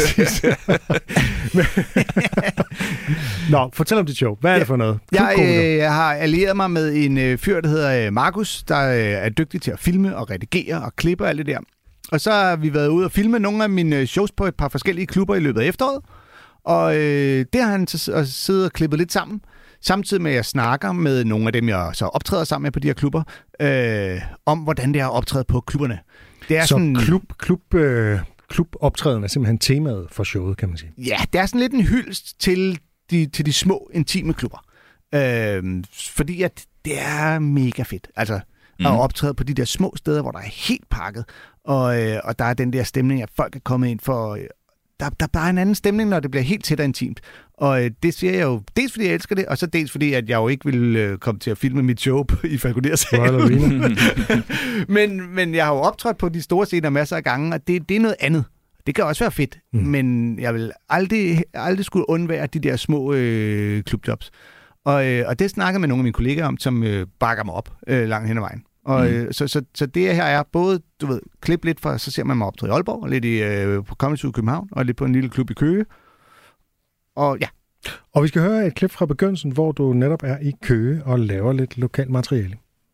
Nå, fortæl om dit show. Hvad er det for noget? Jeg Klubkomiker. øh, har allieret mig med en øh, fyr, der hedder øh, Markus, der øh, er dygtig til at filme og redigere og klippe og alt det der. Og så har vi været ude og filme nogle af mine shows på et par forskellige klubber i løbet af efteråret. Og øh, det har han så siddet og klippet lidt sammen. Samtidig med, at jeg snakker med nogle af dem, jeg så optræder sammen med på de her klubber, øh, om hvordan det er at optræde på klubberne. Det er Så sådan, klub, klub, øh, kluboptræden er simpelthen temaet for showet, kan man sige. ja, det er sådan lidt en hyldest til de, til de små, intime klubber. Øh, fordi at det er mega fedt. Altså mm. at optræde på de der små steder, hvor der er helt pakket, og, øh, og der er den der stemning, at folk er kommet ind for, der, der, der er en anden stemning, når det bliver helt tæt og intimt. Og øh, det siger jeg jo, dels fordi jeg elsker det, og så dels fordi, at jeg jo ikke vil øh, komme til at filme mit show i Falconer-salen. men, men jeg har jo optrådt på de store scener masser af gange, og det, det er noget andet. Det kan også være fedt, mm. men jeg vil aldrig, aldrig skulle undvære de der små øh, klubjobs. Og, øh, og det snakkede med nogle af mine kollegaer om, som øh, bakker mig op øh, langt hen ad vejen. Og, mm. øh, så, så, så det her er både, du ved, klip lidt fra, så ser man mig optræde i Aalborg, og lidt i, øh, på Comedy Zoo i København, og lidt på en lille klub i Køge. Og ja. Og vi skal høre et klip fra begyndelsen, hvor du netop er i Køge og laver lidt lokalt materiale.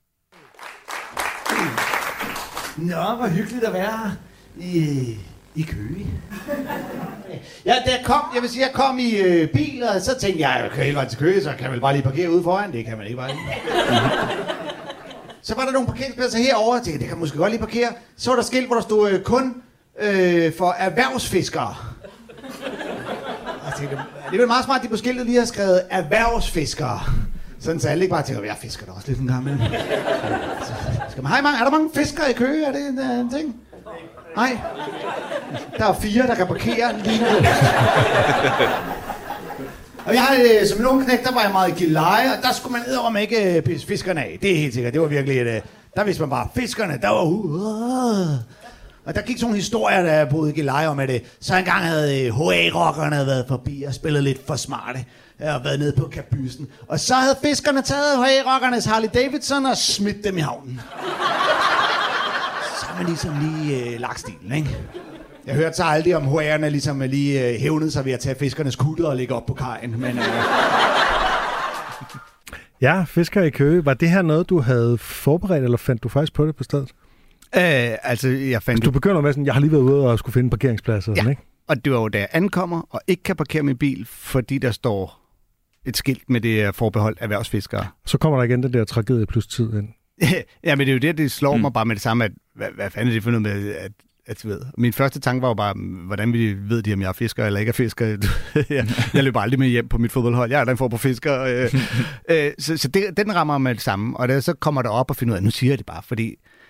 Nå, hvor hyggeligt at være her i, i Køge. Ja, da jeg kom, jeg vil sige, jeg kom i øh, bil, og så tænkte jeg, jeg kører hele vejen til Køge, så kan man vel bare lige parkere ude foran. Det kan man ikke bare lige. Så var der nogle parkeringspladser herovre, og tænkte, det kan måske godt lige parkere. Så var der skilt, hvor der stod øh, kun øh, for erhvervsfiskere. Og jeg tænkte, det er vel meget smart, at de på skiltet lige har skrevet erhvervsfiskere. Sådan så alle ikke bare tænker, jeg fisker da også lidt en gang imellem. Skal man, hej, mange, er der mange fiskere i Køge? Er det en, en ting? Nej. Der er fire, der kan parkere lige nu. Og jeg havde, som en ung knægt, der var jeg meget i Gilleleje, og der skulle man edderom ikke pisse fiskerne af. Det er helt sikkert, det var virkelig et, der vidste man bare, fiskerne, der var uh, og der gik sådan nogle historier, da jeg boede i Gilleleje om, at det, så engang havde H A-rockerne været forbi og spillet lidt for smarte. Jeg har været nede på kabysen. Og så havde fiskerne taget H A-rockernes Harley Davidson og smidt dem i havnen. Så har man ligesom lige øh, lagt stilen, ikke? Jeg hørte så aldrig om H A'erne ligesom lige øh, hævnede sig ved at tage fiskernes kutter og lægge op på kajen, men... Øh... Ja, fisker i Køge. Var det her noget, du havde forberedt, eller fandt du faktisk på det på stedet? Øh, altså, jeg fandt... Altså, du begynder med sådan, jeg har lige været ude og skulle finde parkeringspladser, ja. Sådan, ikke? Og det var jo, da jeg ankommer og ikke kan parkere min bil, fordi der står et skilt med det forbehold erhvervsfiskere. Så kommer der igen den der tragedie plus tid ind. Ja, men det er jo det, det slår mm. mig bare med det samme, at hvad, hvad fanden er det for noget med, at, at du ved. Min første tanke var jo bare, hvordan vi ved de, om jeg er fisker eller ikke er fisker. jeg, jeg løber aldrig med hjem på mit fodboldhold. Jeg er den for på fisker. Øh, øh, så så det, den rammer med det samme. Og det, så kommer der op og finder ud af, nu siger jeg det bare, fordi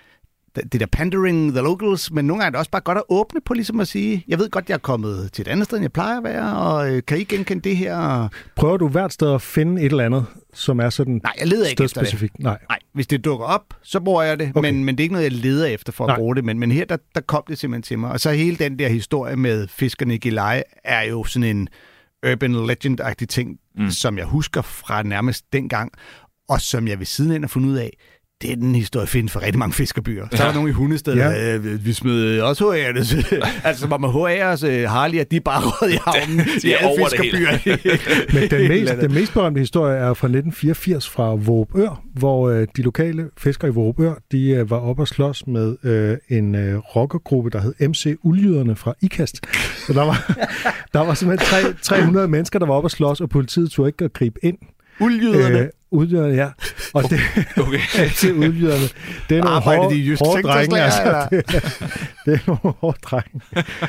det der pandering the locals, men nogle gange er det også bare godt at åbne på ligesom at sige, jeg ved godt, jeg er kommet til et andet sted, end jeg plejer at være, og øh, kan I genkende det her? Prøver du hvert sted at finde et eller andet, som er sådan Nej, jeg leder ikke efter det. Nej. Nej, hvis det dukker op, så bruger jeg det, okay. men, men det er ikke noget, jeg leder efter for at Nej. bruge det, men, men her, der, der kom det simpelthen til mig. Og så hele den der historie med fiskerne i Gilleleje er jo sådan en urban legend-agtig ting, mm. som jeg husker fra nærmest dengang, og som jeg ved siden af har fundet ud af, det er den historie findes for rigtig mange fiskerbyer. Så er der nogle i Hundested, ja. øh, vi smed også H A'erne. Altså, hvor med H A'ers øh, Harley, at de bare rød i havnen. De er over det hele. Men den mest, den mest berømte historie er fra nitten fireogfirs fra Vorupør, hvor øh, de lokale fiskere i Vorupør, de øh, var oppe og slås med øh, en øh, rockergruppe, der hed M C Uldjyderne fra Ikast. Så der var, der var simpelthen tre hundrede mennesker, der var oppe og slås, og politiet turde ikke at gribe ind. Uldjyderne? Øh, Uldjyderne, ja. Og det, okay. til uldjyderne, det er nogle hårde, de hårde drenge. Altså, det, det er nogle hårde drenge.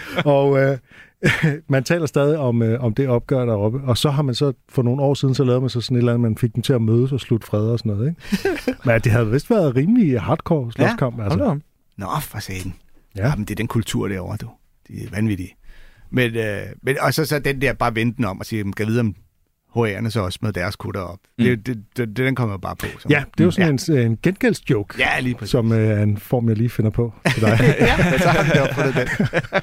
Og øh, man taler stadig om, øh, om det opgør deroppe. Og så har man så, for nogle år siden, så lavede man så sådan et eller andet, man fik dem til at mødes og slutte fred og sådan noget. Ikke? Men det havde vist været rimelig hardcore slåskamp. Ja, altså. Nå, for satan. Ja. Jamen, det er den kultur derovre, du. De er vanvittige. Men, øh, men og så, så den der bare venten om og sige, man kan vide om H A'erne så også med deres kutter op. Mm. Det, det, det, den kommer bare på. Så. Ja, det er jo sådan ja. en, en gengældsjoke, ja, lige præcis. som øh, er en form, jeg lige finder på til dig. Ja, så har vi det op på det den.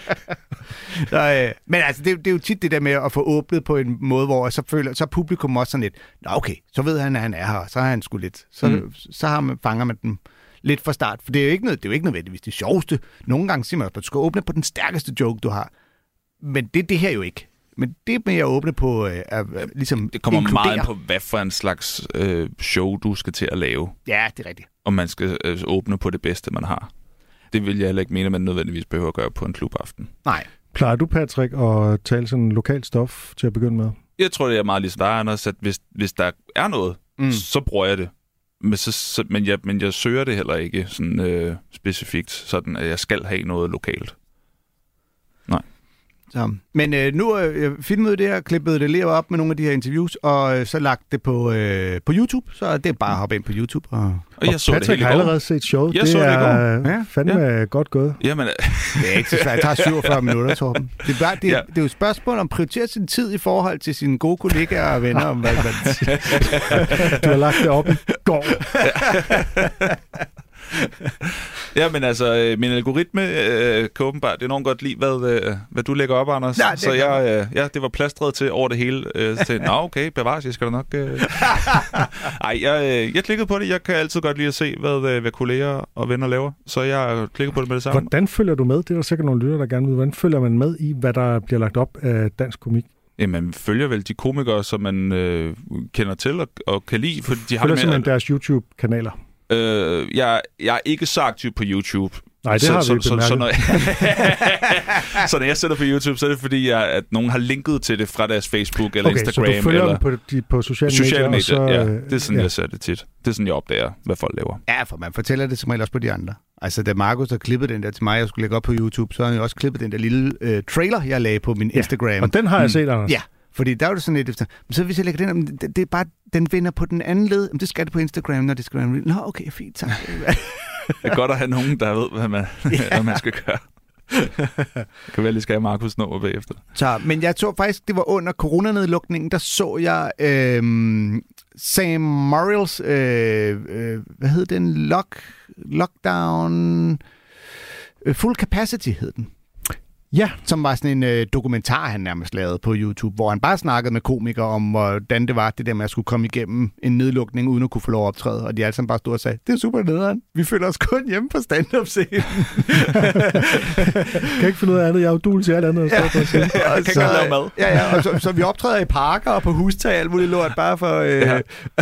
så, øh, men altså, det, det er jo tit det der med at få åbnet på en måde, hvor så føler så publikum også sådan lidt, nå okay, så ved han, at han er her, så er han sgu lidt. Så, mm. så har man, fanger man dem lidt fra start. For det er jo ikke, noget, det er jo ikke nødvendigvis det sjoveste. Nogle gange siger man, at du skal åbne på den stærkeste joke, du har. Men det er det her jo ikke. Men det med at åbne på, øh, er, ligesom det kommer inkludere. meget på, hvad for en slags øh, show, du skal til at lave. Ja, det er rigtigt. Og man skal øh, åbne på det bedste, man har. Det vil jeg heller ikke mene, at man nødvendigvis behøver at gøre på en klubaften. Nej. Plejer du, Patrick, at tale sådan lokalt stof til at begynde med? Jeg tror, det er meget ligesom dig, Anders, at hvis, hvis der er noget, mm. så bruger jeg det. Men, så, så, men, jeg, men jeg søger det heller ikke sådan, øh, specifikt, sådan at jeg skal have noget lokalt. Nej. Så. Men øh, nu har jeg filmet det her, klippet det lige op med nogle af de her interviews, og øh, så lagt det på, øh, på YouTube, så det er bare at hoppe ind på YouTube. Og, og jeg og så Patrick det hele har allerede set showet. Jeg det så det er i går. Ja, fandme ja. godt gået. Jamen, det er ikke så svært. Det tager syvogfyrre minutter, Torben. Det er, bare, det, ja. det er jo et spørgsmål om at prioritere sin tid i forhold til sine gode kollegaer og venner. Om, hvad man du har lagt det op i går. Ja, men altså, min algoritme øh, kan åbenbart enormt godt lide, hvad, øh, hvad du lægger op, Anders. Nej, så jeg, øh, ja, det var plastret til over det hele. Øh, til, nå, okay, bevares, jeg skal da nok... Øh... Ej, jeg, øh, jeg klikkede på det. Jeg kan altid godt lide at se, hvad, øh, hvad kolleger og venner laver. Så jeg klikker på det med det samme. Hvordan følger du med? Det er der sikkert nogle lytter, der gerne vil. Hvordan følger man med i, hvad der bliver lagt op af dansk komik? Jamen, man følger vel de komikere, som man øh, kender til og, og kan lide. For de har følger med, simpelthen deres YouTube-kanaler? Øh, jeg, jeg er ikke så aktiv på YouTube. Nej, det så, har vi så, bemærket. så, så, når jeg, så når jeg sætter på YouTube, så er det fordi, jeg, at nogen har linket til det fra deres Facebook eller okay, Instagram. Så du følger eller dem på, de, på sociale, sociale medier? medier, Og så, ja. Det er sådan, ja. jeg ser det tit. Det er sådan, jeg opdager, hvad folk laver. Ja, for man fortæller det som regel også på de andre. Altså, da Markus har klippet den der til mig, jeg skulle lægge op på YouTube, så har han jo også klippet den der lille øh, trailer, jeg lagde på min ja. Instagram. Og den har jeg set, Anders. Ja. Fordi der er jo sådan lidt efter, så hvis jeg lægger den, det, det er bare, den vinder på den anden led. Det skal det på Instagram, når det skal være. Nå, okay, fint, tak. Det er godt at have nogen, der ved, hvad man, ja. hvad man skal gøre. Det kan være, lige skal have Markus nummer bagefter. Så, men jeg så faktisk, det var under coronanedlukningen, der så jeg øh, Sam Morrills, øh, øh, hvad hed den? Lock, lockdown, øh, Full Capacity hed den. Ja. Som var sådan en øh, dokumentar, han nærmest lavede på YouTube, hvor han bare snakkede med komikere om, hvordan det var, det der med at skulle komme igennem en nedlukning, uden at kunne få lov at optræde. Og de alle sammen bare stod og sagde, det er super nederen. Vi føler os kun hjemme på stand-up-scenen. Kan ikke finde noget andet. Jeg er jo duel til alt andet. Ja. På scenen. Jeg kan ikke lave mad. Ja, ja, og så, så vi optræder i parker og på hustag, alt muligt lort, bare for øh, ja.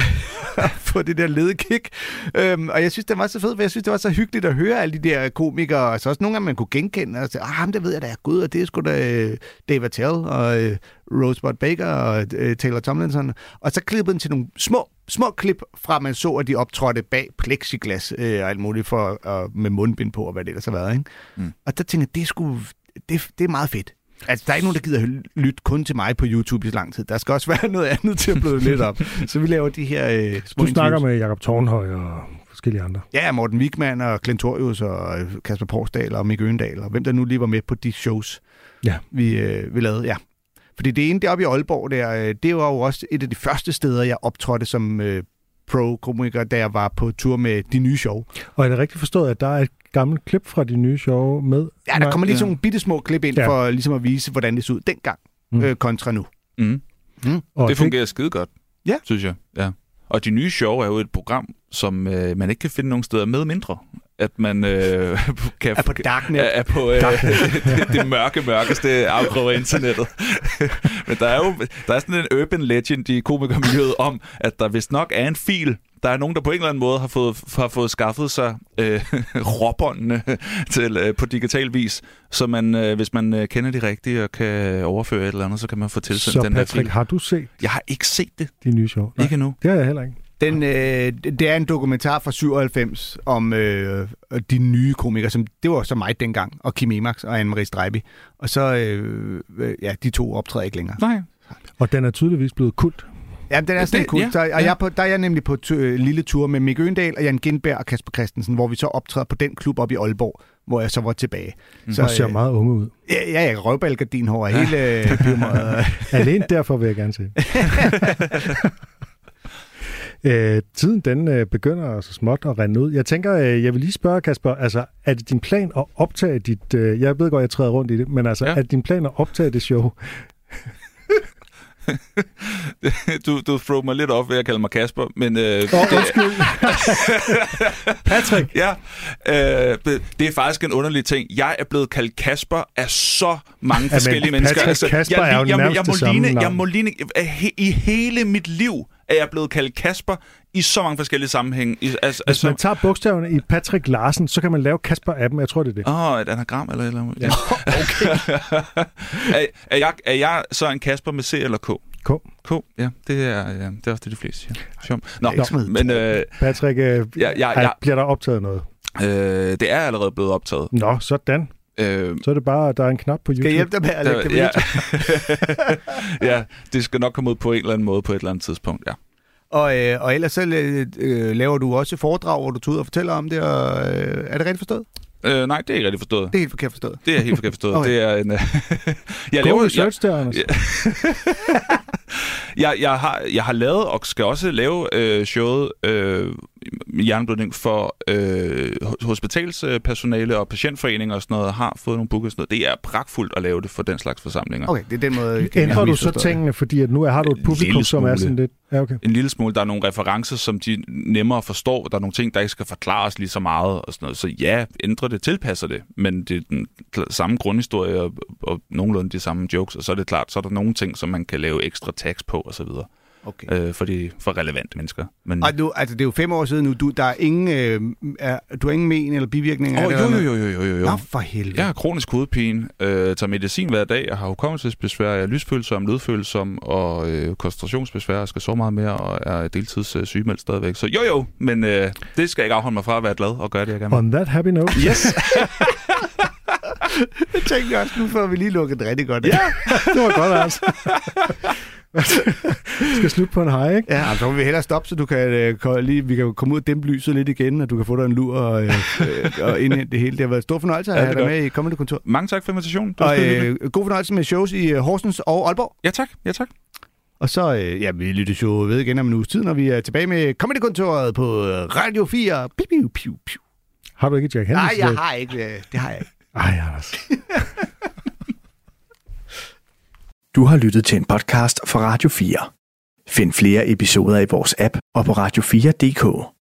for det der ledekik. Øhm, og jeg synes, det var så fedt, for jeg synes, det var så hyggeligt at høre alle de der komikere, og så også nogle af dem, man kunne genkende, og sige, ah, ham der ved jeg, der er gud, og det er sgu da uh, Dave Attell og uh, Rosebud Baker og uh, Taylor Tomlinson. Og så klippede den til nogle små, små klip fra, man så, at de optrådte bag plexiglas uh, og alt muligt for, uh, med mundbind på, og hvad det ellers har været. Ikke? Mm. Og der tænkte jeg, det er, sgu, det, det er meget fedt. Altså, der er ikke nogen, der gider lytte kun til mig på YouTube i så lang tid. Der skal også være noget andet til at bløde lidt op. Så vi laver de her uh, små Du snakker interviews med Jakob Tornhøj og forskellige andre. Ja, Morten Wigman og Klentorius og Kasper Porsdal og Mikke Øgendal, og hvem der nu lige var med på de shows, ja. vi, øh, vi lavede. Ja. Fordi det ene deroppe i Aalborg, der, det var jo også et af de første steder, jeg optrådte som øh, pro-komiker, da jeg var på tur med de nye show. Og er det rigtigt forstået, at der er et gammelt klip fra de nye show med? Ja, der kommer lige sådan nogle bitte små klip ind, ja. for ligesom at vise, hvordan det så ud dengang mm. øh, kontra nu. Mm. Mm. Det fungerer skide godt, ja. synes jeg. Ja. Og de nye show er jo et program, som øh, man ikke kan finde nogen steder med mindre. At man øh, kan... Er på Darknet. Er, er på øh, det, det mørke, mørkeste afkrog af internettet. Men der er jo der er sådan en urban legend i komikermiljøet om, at der vist nok er en fil. Der er nogen, der på en eller anden måde har fået, har fået skaffet sig øh, råbåndene til, øh, på digital vis, så man, øh, hvis man øh, kender de rigtige og kan overføre et eller andet, så kan man få tilsendt så den Patrick, her fil. Har du set? Jeg har ikke set det. De nye show? Nej. Ikke endnu. Det har jeg heller ikke. Den, øh, det er en dokumentar fra syvoghalvfems om øh, de nye komikere, som det var så mig dengang, og Kim Emax og Anne-Marie Streiby. Og så, øh, ja, de to optræder ikke længere. Nej. Og den er tydeligvis blevet kult. Ja, den er sådan kult. Ja, og ja. jeg på, der er jeg nemlig på t- øh, lille tur med Mikke Øgendal og Jan Gindberg og Kasper Christensen, hvor vi så optræder på den klub op i Aalborg, hvor jeg så var tilbage. Mm. Så, og ser øh, meget unge ud. Ja, ja, jeg røvbalgardinhår og hele firmaet. Alene derfor vil jeg gerne se. Øh, tiden den øh, begynder så småt at rende ud. Jeg tænker, øh, jeg vil lige spørge Kasper, altså er det din plan at optage dit, øh, jeg ved godt, jeg træder rundt i det, men altså ja. er det din plan at optage det show? du, du throw mig lidt op ved at kalde mig Kasper, men... Øh, oh, det, undskyld. Patrick. Ja, øh, det er faktisk en underlig ting. Jeg er blevet kaldt Kasper af så mange ja, forskellige mennesker. Patrick, altså, Kasper jeg, er jo jeg, nærmest jeg, jeg, det må samme ligne, navn. jeg må ligne, I hele mit liv er jeg blevet kaldt Kasper i så mange forskellige sammenhænge. I, altså, Hvis man tager bogstaverne i Patrick Larsen, så kan man lave Kasper af dem. Jeg tror, det er det. Åh, oh, et anagram eller eller andet. Ja. Okay. er, er, jeg, er jeg så en Kasper med C eller K? K. K, ja. Det er, ja, det er også det, de fleste siger. Sure. Nå, Nå, men... Øh, Patrick, øh, ja, ja, ja. bliver der optaget noget? Øh, det er allerede blevet optaget. Nå, sådan. Øh, så er det bare, at der er en knap på YouTube. Skal jeg hjælpe dig med at lægge det på ja. YouTube? Ja, det skal nok komme ud på en eller anden måde på et eller andet tidspunkt, ja. Og, øh, og ellers så øh, laver du også foredrag, hvor du tager ud og fortæller om det, og øh, er det rent forstået? Øh, nej, det er ikke rigtig forstået. Det er helt forkert forstået. Det er helt forkert forstået. Okay. Det er en... jeg God laver research der, Anders. jeg, jeg, har, jeg har lavet, og skal også lave øh, showet øh, hjerneblødning for øh, hospitalspersonale og patientforeninger og sådan noget, har fået nogle bookers. Det er pragtfuldt at lave det for den slags forsamlinger. Okay, det er den måde... Ændrer du så tingene, fordi at nu har du et publikum, som er sådan lidt... Ja, okay. En lille smule. Der er nogle referencer, som de nemmere forstår. Der er nogle ting, der ikke skal forklares lige så meget. Og sådan noget. Så ja, ændrer det, tilpasser det. Men det er den samme grundhistorie og, og nogenlunde de samme jokes. Og så er det klart, så er der nogle ting, som man kan lave ekstra tags på og så videre. Okay. Øh, for, de, for relevante mennesker. Men... Og du, altså, det er jo fem år siden nu. Du, der er ingen, øh, er, du har ingen men eller bivirkninger? Oh, af det, jo, jo, jo, jo, jo, jo. Nå, for helvede. Jeg har kronisk hovedpine, øh, tager medicin hver dag, jeg har hukommelsesbesvær, jeg er lysfølsom, lydfølsom og øh, koncentrationsbesvær, jeg skal sove meget mere og er deltids øh, sygemeldt stadigvæk. Så jo jo, men øh, det skal ikke afholde mig fra at være glad og gøre det, jeg gerne vil. On that happy note. Yes! Jeg tænkte også, nu får vi lige lukket det rigtig godt. Ja, det var godt, altså. skal slutte på en high, ikke? Ja, så må vi hellere stoppe, så du kan, øh, lige, vi kan komme ud og dæmpe lyset lidt igen, og du kan få dig en lur og, øh, og indhente det hele. Det har været stor fornøjelse at ja, have dig med i Comedy Kontor. Mange tak for invitationen. Og øh, god fornøjelse med shows i Horsens og Aalborg. Ja tak, ja tak. Og så, øh, ja, vi lytter jo ved igen om en uges tid, når vi er tilbage med Comedy Kontoret på Radio fire. Piu, piu, piu, piu. Har du ikke Jack Henry? Nej, jeg har ikke. Det har jeg ikke. Ej, Anders. Du har lyttet til en podcast fra Radio fire. Find flere episoder i vores app og på radio fire punktum d k.